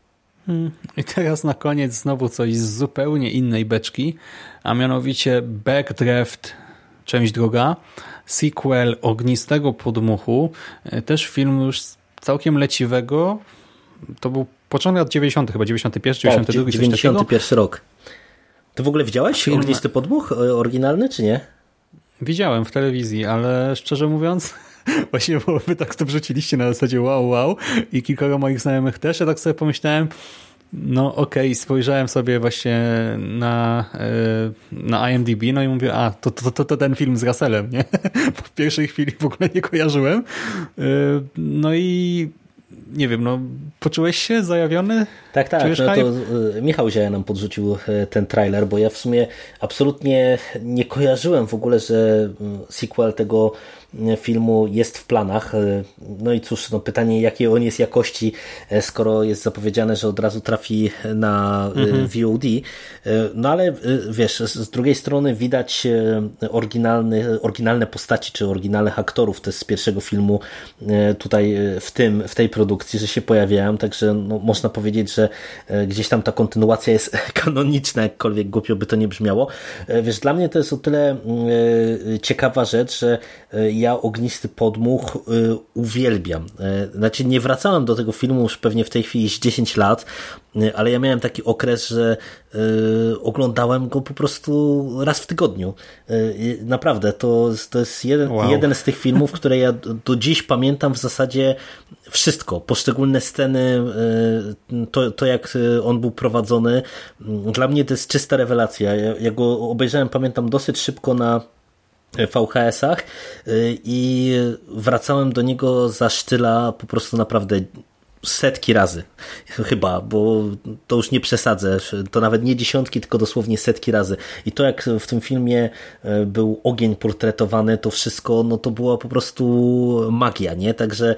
I teraz na koniec znowu coś z zupełnie innej beczki, a mianowicie Backdraft, część druga, sequel Ognistego Podmuchu, też film już całkiem leciwego, to był początek lat dziewięćdziesiątych, chyba dziewięćdziesiąty pierwszy, dziewięćdziesiąty drugi, dziewięćdziesiąty pierwszy rok. Ty w ogóle widziałeś film Ognisty Podmuch oryginalny, czy nie? Widziałem w telewizji, ale szczerze mówiąc... Właśnie, bo wy tak to wrzuciliście na zasadzie wow, wow i kilkoro moich znajomych też. Ja tak sobie pomyślałem, no okej, okay, spojrzałem sobie właśnie na, na I M D B, no i mówię, a to, to, to, to ten film z Russellem, nie? Bo w pierwszej chwili w ogóle nie kojarzyłem. No i nie wiem, no poczułeś się zajawiony? Tak, tak, no to Michał Zieja nam podrzucił ten trailer, bo ja w sumie absolutnie nie kojarzyłem w ogóle, że sequel tego filmu jest w planach. No i cóż, no pytanie, jakiej on jest jakości, skoro jest zapowiedziane, że od razu trafi na mhm. V O D. No ale wiesz, z drugiej strony widać oryginalny, oryginalne postaci, czy oryginalnych aktorów też z pierwszego filmu tutaj w tym, w tej produkcji, że się pojawiają, także no, można powiedzieć, że gdzieś tam ta kontynuacja jest kanoniczna, jakkolwiek głupio by to nie brzmiało. Wiesz, dla mnie to jest o tyle ciekawa rzecz, że ja Ognisty Podmuch uwielbiam. Znaczy nie wracałem do tego filmu już pewnie w tej chwili z dziesięć lat, ale ja miałem taki okres, że oglądałem go po prostu raz w tygodniu. Naprawdę, to, to jest jeden, wow. jeden z tych filmów, które ja do dziś pamiętam w zasadzie wszystko. Poszczególne sceny, to, to jak on był prowadzony. Dla mnie to jest czysta rewelacja. Ja, ja go obejrzałem, pamiętam, dosyć szybko na V H S-ach i wracałem do niego za sztyla po prostu naprawdę setki razy chyba, bo to już nie przesadzę, to nawet nie dziesiątki, tylko dosłownie setki razy. I to jak w tym filmie był ogień portretowany, to wszystko, no to była po prostu magia, nie? Także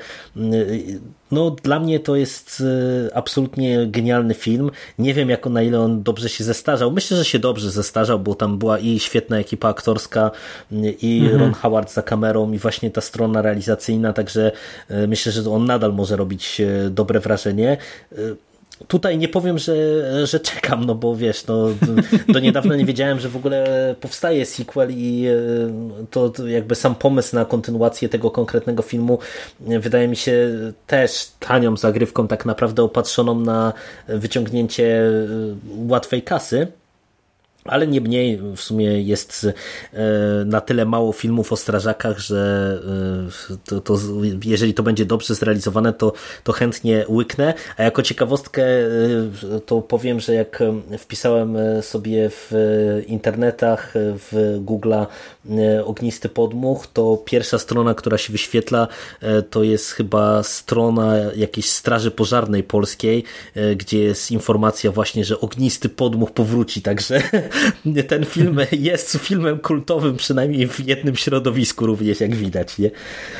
no dla mnie to jest absolutnie genialny film. Nie wiem, jak na ile on dobrze się zestarzał. Myślę, że się dobrze zestarzał, bo tam była i świetna ekipa aktorska, i mhm. Ron Howard za kamerą, i właśnie ta strona realizacyjna, także myślę, że on nadal może robić dobre wrażenie. Tutaj nie powiem, że, że czekam, no bo wiesz, no, do niedawna nie wiedziałem, że w ogóle powstaje sequel i to, to jakby sam pomysł na kontynuację tego konkretnego filmu wydaje mi się też tanią zagrywką, tak naprawdę opatrzoną na wyciągnięcie łatwej kasy. Ale nie mniej w sumie jest na tyle mało filmów o strażakach, że to, to, jeżeli to będzie dobrze zrealizowane, to, to chętnie łyknę. A jako ciekawostkę to powiem, że jak wpisałem sobie w internetach, w Google'a Ognisty Podmuch, to pierwsza strona, która się wyświetla, to jest chyba strona jakiejś straży pożarnej polskiej, gdzie jest informacja właśnie, że Ognisty Podmuch powróci, także ten film jest filmem kultowym, przynajmniej w jednym środowisku również, jak widać, nie?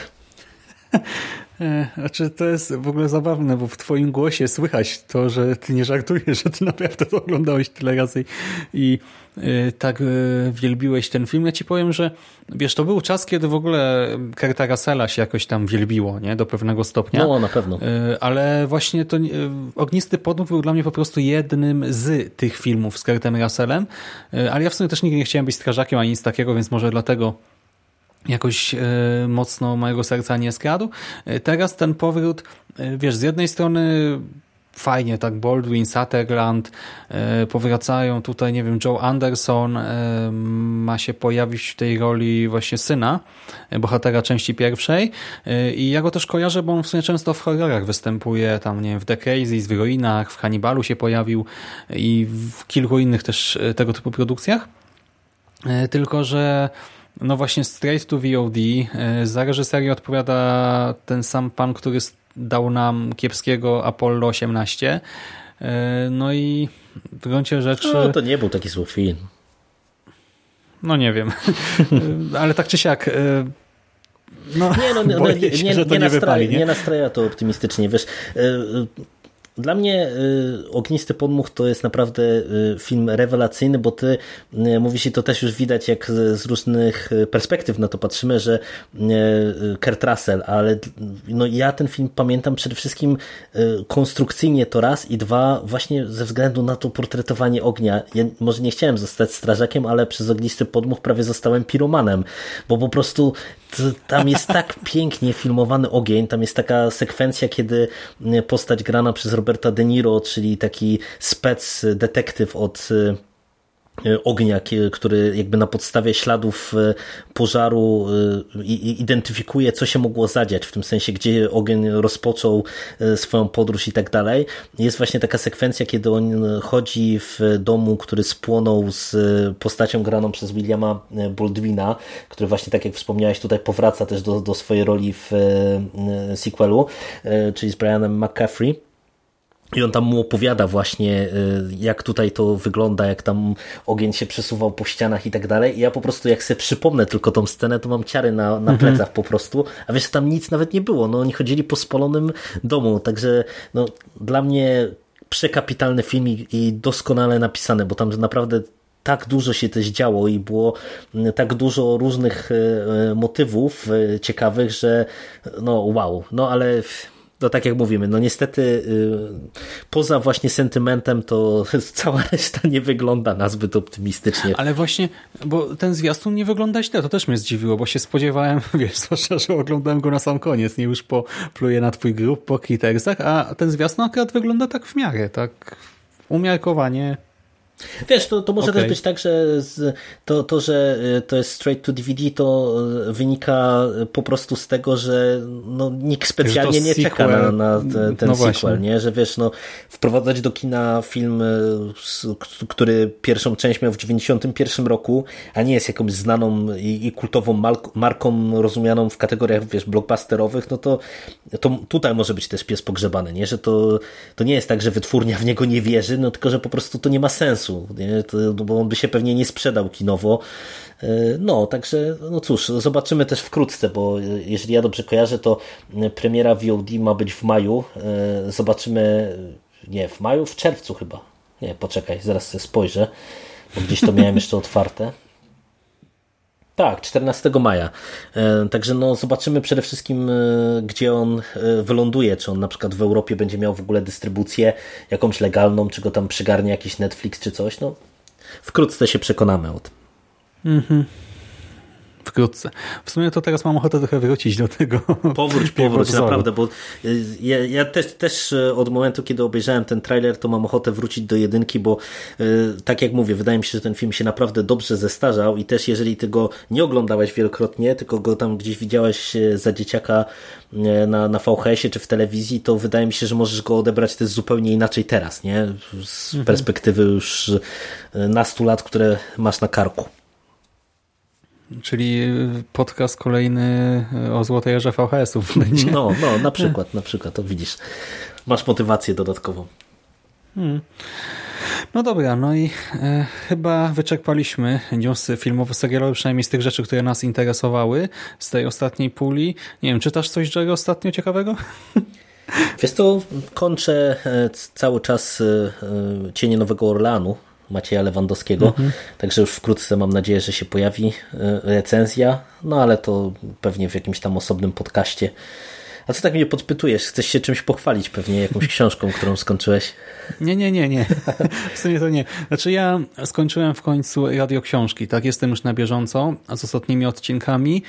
Znaczy to jest w ogóle zabawne, bo w twoim głosie słychać to, że ty nie żartujesz, że ty naprawdę to oglądałeś tyle razy i y, tak y, wielbiłeś ten film. Ja ci powiem, że wiesz, to był czas, kiedy w ogóle Kurta Russella się jakoś tam wielbiło, nie? Do pewnego stopnia. No, na pewno. Y, ale właśnie to y, Ognisty Podmuch był dla mnie po prostu jednym z tych filmów z Kurtem Russellem, y, ale ja w sumie też nigdy nie chciałem być strażakiem ani nic takiego, więc może dlatego jakoś e, mocno mojego serca nie skradł. E, teraz ten powrót, e, wiesz, z jednej strony fajnie, tak, Baldwin, Sutherland e, powracają tutaj, nie wiem, Joe Anderson e, ma się pojawić w tej roli właśnie syna, e, bohatera części pierwszej e, i ja go też kojarzę, bo on w sumie często w horrorach występuje, tam, nie wiem, w The Crazy, w Ruinach, w Hannibalu się pojawił i w kilku innych też e, tego typu produkcjach. E, tylko, że no właśnie Straight to V O D, e, za reżyserię odpowiada ten sam pan, który dał nam kiepskiego Apollo osiemnaście. No i w gruncie rzeczy... No to nie był taki zły film. No nie wiem. Ale tak czy siak... No, nie, no, no, nie, się, nie, nie, nie, nastraja, wypali, nie? nie nastraja to optymistycznie. Wiesz, dla mnie Ognisty Podmuch to jest naprawdę film rewelacyjny, bo ty mówisz, i to też już widać, jak z różnych perspektyw na to patrzymy, że Kurt Russell, ale no ja ten film pamiętam przede wszystkim konstrukcyjnie to raz i dwa właśnie ze względu na to portretowanie ognia. Ja może nie chciałem zostać strażakiem, ale przez Ognisty Podmuch prawie zostałem piromanem, bo po prostu tam jest tak pięknie filmowany ogień, tam jest taka sekwencja, kiedy postać grana przez Roberta De Niro, czyli taki spec detektyw od ognia, który jakby na podstawie śladów pożaru identyfikuje, co się mogło zadziać, w tym sensie, gdzie ogień rozpoczął swoją podróż i tak dalej. Jest właśnie taka sekwencja, kiedy on chodzi w domu, który spłonął z postacią graną przez Williama Baldwina, który właśnie, tak jak wspomniałeś, tutaj powraca też do, do swojej roli w sequelu, czyli z Brianem McCaffrey. I on tam mu opowiada właśnie, jak tutaj to wygląda, jak tam ogień się przesuwał po ścianach i tak dalej. I ja po prostu, jak sobie przypomnę tylko tą scenę, to mam ciary na, na plecach mhm. po prostu. A wiesz, tam nic nawet nie było. No, oni chodzili po spalonym domu. Także no, dla mnie przekapitalny film i, i doskonale napisany, bo tam naprawdę tak dużo się też działo i było tak dużo różnych motywów ciekawych, że no wow. No ale... No tak jak mówimy, no niestety yy, poza właśnie sentymentem to cała reszta nie wygląda na zbyt optymistycznie. Ale właśnie, bo ten zwiastun nie wygląda źle, to też mnie zdziwiło, bo się spodziewałem, wiesz, zwłaszcza, że oglądałem go na sam koniec, nie już po pluję na twój grób, po Critersach, a ten zwiastun akurat wygląda tak w miarę, tak umiarkowanie. Wiesz, to, to może okay. też być tak, że z, to, to, że to jest straight to D V D, to wynika po prostu z tego, że no, nikt specjalnie nie sequel. czeka na, na te, ten no sequel, właśnie. nie? Że wiesz, no, wprowadzać do kina film, który pierwszą część miał w dziewięćdziesiątym pierwszym roku, a nie jest jakąś znaną i, i kultową marką rozumianą w kategoriach, wiesz, blockbusterowych, no to, to tutaj może być też pies pogrzebany, nie? Że to, to nie jest tak, że wytwórnia w niego nie wierzy, no tylko, że po prostu to nie ma sensu. Nie? To, bo on by się pewnie nie sprzedał kinowo. No, także no cóż, zobaczymy też wkrótce, bo jeżeli ja dobrze kojarzę, to premiera V O D ma być w maju. Zobaczymy, nie, w maju, w czerwcu chyba. Nie, poczekaj, zaraz sobie spojrzę, bo gdzieś to miałem jeszcze otwarte. Tak, czternastego maja. Także no zobaczymy przede wszystkim, gdzie on wyląduje. Czy on na przykład w Europie będzie miał w ogóle dystrybucję jakąś legalną, czy go tam przygarnie jakiś Netflix czy coś. No wkrótce się przekonamy o tym. Mhm. Wkrótce. W sumie to teraz mam ochotę trochę wrócić do tego. Powróć, powróć, naprawdę, bo ja, ja też, też od momentu, kiedy obejrzałem ten trailer, to mam ochotę wrócić do jedynki, bo tak jak mówię, wydaje mi się, że ten film się naprawdę dobrze zestarzał i też jeżeli ty go nie oglądałeś wielokrotnie, tylko go tam gdzieś widziałeś za dzieciaka na, na V H S-ie czy w telewizji, to wydaje mi się, że możesz go odebrać też zupełnie inaczej teraz, nie? Z mhm. perspektywy już nastu lat, które masz na karku. Czyli podcast kolejny o Złotej Erze V H S-ów będzie. No, no, na przykład, na przykład, to widzisz. Masz motywację dodatkową. Hmm. No dobra, no i e, chyba wyczerpaliśmy newsy filmowo-serialowe, przynajmniej z tych rzeczy, które nas interesowały z tej ostatniej puli. Nie wiem, czytasz coś, Jerry, ostatnio ciekawego? Wiesz to kończę cały czas Cienie Nowego Orleanu Macieja Lewandowskiego, mhm. także już wkrótce mam nadzieję, że się pojawi recenzja, no ale to pewnie w jakimś tam osobnym podcaście, A co tak mnie podpytujesz? Chcesz się czymś pochwalić pewnie, jakąś książką, którą skończyłeś? Nie, nie, nie, nie. W sumie to nie. Znaczy ja skończyłem w końcu radioksiążki, tak? Jestem już na bieżąco z ostatnimi odcinkami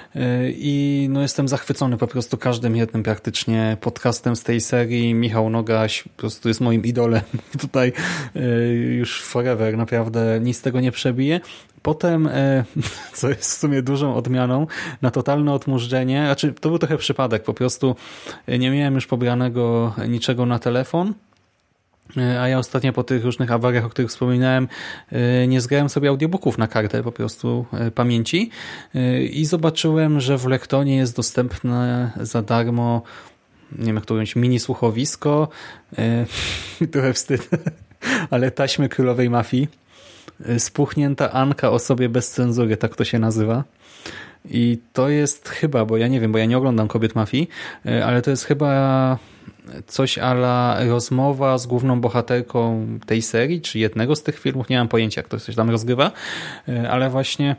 i no jestem zachwycony po prostu każdym jednym praktycznie podcastem z tej serii. Michał Nogaś po prostu jest moim idolem tutaj już forever, naprawdę nic z tego nie przebije. Potem, co jest w sumie dużą odmianą, na totalne odmurzenie, znaczy to był trochę przypadek, po prostu nie miałem już pobranego niczego na telefon, a ja ostatnio po tych różnych awariach, o których wspominałem, nie zgrałem sobie audiobooków na kartę po prostu pamięci i zobaczyłem, że w Lektonie jest dostępne za darmo, nie wiem jak to powiedzieć, mini słuchowisko, trochę wstyd, ale taśmy Królowej Mafii. Spuchnięta Anka o sobie bez cenzury, tak to się nazywa. I to jest chyba, bo ja nie wiem, bo ja nie oglądam Kobiet Mafii, ale to jest chyba coś a la rozmowa z główną bohaterką tej serii, czy jednego z tych filmów, nie mam pojęcia, jak to się tam rozgrywa, ale właśnie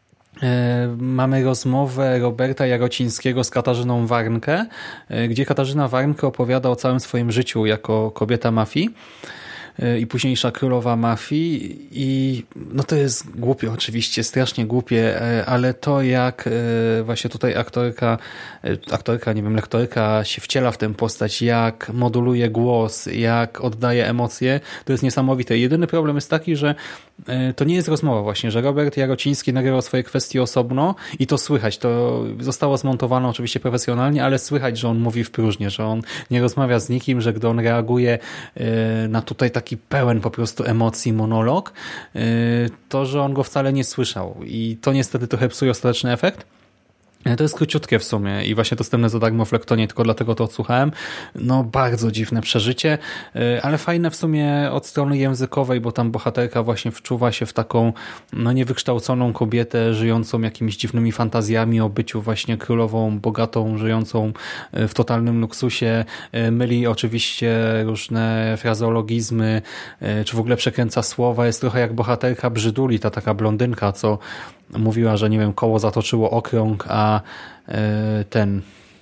mamy rozmowę Roberta Jarocińskiego z Katarzyną Warnke, gdzie Katarzyna Warnke opowiada o całym swoim życiu jako kobieta mafii i późniejsza królowa mafii i no to jest głupie oczywiście, strasznie głupie, ale to jak właśnie tutaj aktorka, aktorka, nie wiem, lektorka się wciela w tę postać, jak moduluje głos, jak oddaje emocje, to jest niesamowite. Jedyny problem jest taki, że to nie jest rozmowa właśnie, że Robert Jarociński nagrywał swoje kwestie osobno i to słychać, to zostało zmontowane oczywiście profesjonalnie, ale słychać, że on mówi w próżnię, że on nie rozmawia z nikim, że gdy on reaguje na tutaj taki pełen po prostu emocji monolog, to, że on go wcale nie słyszał i to niestety trochę psuje ostateczny efekt. To jest króciutkie w sumie i właśnie dostępne za darmo w Lektonie, tylko dlatego to odsłuchałem. No bardzo dziwne przeżycie, ale fajne w sumie od strony językowej, bo tam bohaterka właśnie wczuwa się w taką no niewykształconą kobietę żyjącą jakimiś dziwnymi fantazjami o byciu właśnie królową, bogatą, żyjącą w totalnym luksusie. Myli oczywiście różne frazeologizmy, czy w ogóle przekręca słowa. Jest trochę jak bohaterka Brzyduli, ta taka blondynka, co mówiła, że nie wiem, koło zatoczyło okrąg, a ten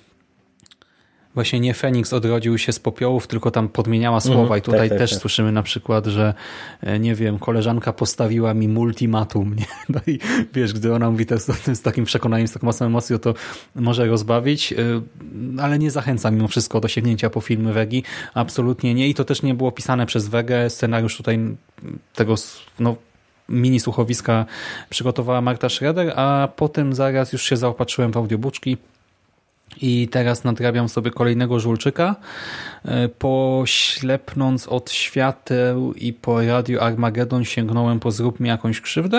właśnie nie Feniks odrodził się z popiołów, tylko tam podmieniała słowa mm, i tutaj tak, tak, też tak. Słyszymy na przykład, że nie wiem, koleżanka postawiła mi multimatum, nie? No i wiesz, gdy ona mówi to z takim przekonaniem, z taką mocną emocją, to może rozbawić, ale nie zachęca mimo wszystko do sięgnięcia po filmy Wegi, absolutnie nie i to też nie było pisane przez Wegę, scenariusz tutaj tego, no mini słuchowiska przygotowała Marta Schroeder, a potem zaraz już się zaopatrzyłem w audiobooczki i teraz nadrabiam sobie kolejnego Żulczyka, poślepnąc od świateł i po Radio Armagedon sięgnąłem po Zrób mi jakąś krzywdę.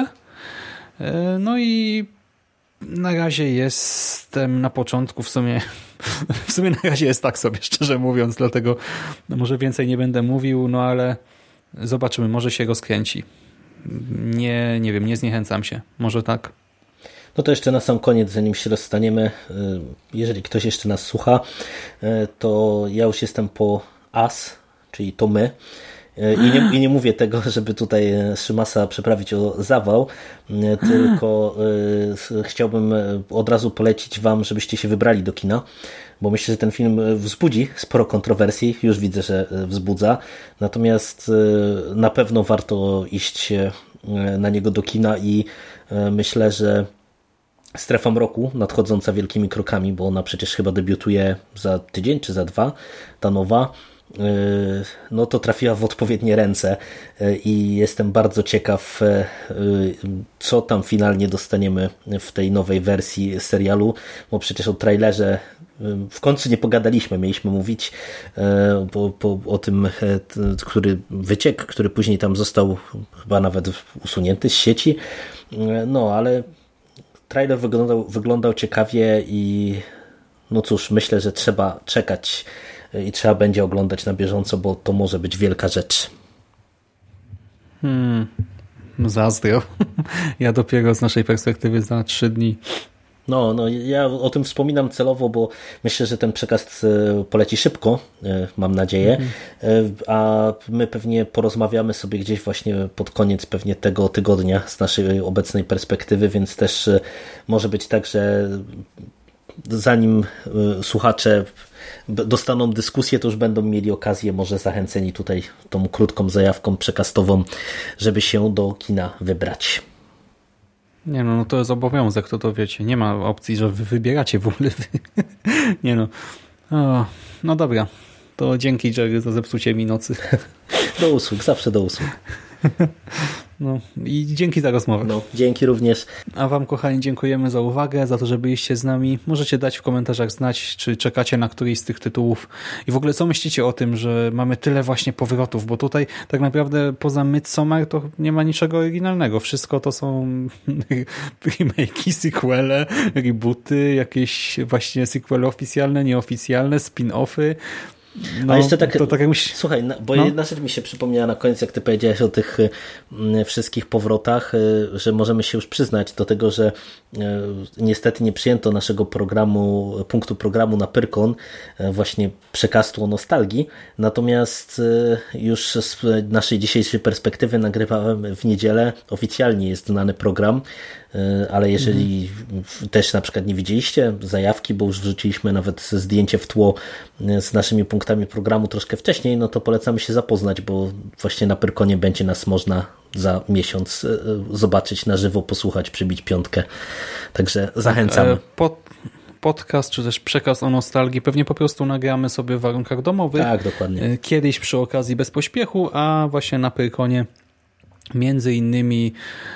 No i na razie jestem na początku, w sumie w sumie na razie jest tak sobie, szczerze mówiąc, dlatego może więcej nie będę mówił, no ale zobaczymy, może się rozkręci. Nie, nie wiem, nie zniechęcam się. Może tak. No to jeszcze na sam koniec, zanim się rozstaniemy, jeżeli ktoś jeszcze nas słucha, to ja już jestem po As, czyli to my. I nie, I nie mówię tego, żeby tutaj Szymasa przeprawić o zawał, tylko chciałbym od razu polecić wam, żebyście się wybrali do kina, bo myślę, że ten film wzbudzi sporo kontrowersji, już widzę, że wzbudza, natomiast na pewno warto iść na niego do kina i myślę, że Strefa Mroku, nadchodząca wielkimi krokami, bo ona przecież chyba debiutuje za tydzień czy za dwa, ta nowa, no to trafiła w odpowiednie ręce i jestem bardzo ciekaw, co tam finalnie dostaniemy w tej nowej wersji serialu, bo przecież o trailerze w końcu nie pogadaliśmy, mieliśmy mówić po, po, o tym, który wyciek, który później tam został chyba nawet usunięty z sieci, no ale trailer wyglądał, wyglądał ciekawie i no cóż, myślę, że trzeba czekać i trzeba będzie oglądać na bieżąco, bo to może być wielka rzecz. Hmm, zazdro. Ja dopiero z naszej perspektywy za trzy dni. No, no, ja o tym wspominam celowo, bo myślę, że ten przekaz poleci szybko, mam nadzieję, mhm. a my pewnie porozmawiamy sobie gdzieś właśnie pod koniec pewnie tego tygodnia z naszej obecnej perspektywy, więc też może być tak, że zanim słuchacze dostaną dyskusję, to już będą mieli okazję, może zachęceni tutaj tą krótką zajawką przekastową, żeby się do kina wybrać. Nie no, no to jest obowiązek, to to wiecie. Nie ma opcji, że wy wybieracie w ogóle. Nie no. O, no dobra. To dzięki, Jerry, za zepsucie mi nocy. Do usług, zawsze do usług. No i dzięki za rozmowę. No, dzięki również. A wam, kochani, dziękujemy za uwagę, za to, że byliście z nami. Możecie dać w komentarzach znać, czy czekacie na któryś z tych tytułów i w ogóle co myślicie o tym, że mamy tyle właśnie powrotów, bo tutaj tak naprawdę poza Midsommar to nie ma niczego oryginalnego. Wszystko to są remake'i, sequele, rebooty, jakieś właśnie sequele oficjalne, nieoficjalne, spin-offy. No, a jeszcze tak, to tak jak musi... słuchaj, bo no? jedna rzecz mi się przypomniała na koniec, jak ty powiedziałeś o tych y, wszystkich powrotach, y, że możemy się już przyznać do tego, że y, niestety nie przyjęto naszego programu, punktu programu na Pyrkon, y, właśnie przekastu o nostalgii, natomiast y, już z naszej dzisiejszej perspektywy nagrywałem w niedzielę, oficjalnie jest znany program, y, ale jeżeli mhm. też na przykład nie widzieliście zajawki, bo już wrzuciliśmy nawet zdjęcie w tło y, z naszymi punktami programu troszkę wcześniej, no to polecamy się zapoznać, bo właśnie na Pyrkonie będzie nas można za miesiąc zobaczyć na żywo, posłuchać, przybić piątkę. Także zachęcamy. Tak, pod, podcast, czy też przekaz o nostalgii pewnie po prostu nagramy sobie w warunkach domowych. Tak, dokładnie. Kiedyś przy okazji bez pośpiechu, a właśnie na Pyrkonie między innymi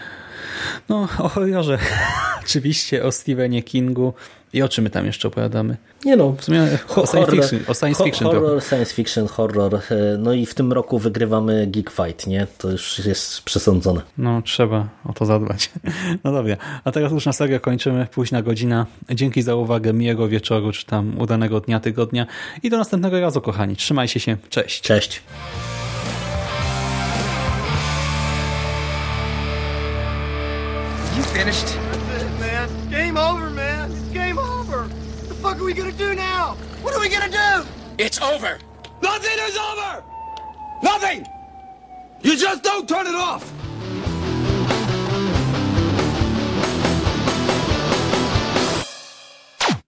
no o horrorze. Oczywiście o Stephenie Kingu. I o czym my tam jeszcze opowiadamy? Nie no, w sumie o science fiction. O science fiction horror, trochę. science fiction, horror. No i w tym roku wygrywamy Geek Fight, nie? To już jest przesądzone. No, trzeba o to zadbać. No dobra, a teraz już na serio kończymy. Późna godzina. Dzięki za uwagę, miłego wieczoru, czy tam udanego dnia, tygodnia i do następnego razu, kochani. Trzymajcie się. Cześć. Cześć. You finished? That's it, man. Game over, man. It's game over. What the fuck are we gonna do now? What are we gonna do? It's over. Nothing is over! Nothing! You just don't turn it off!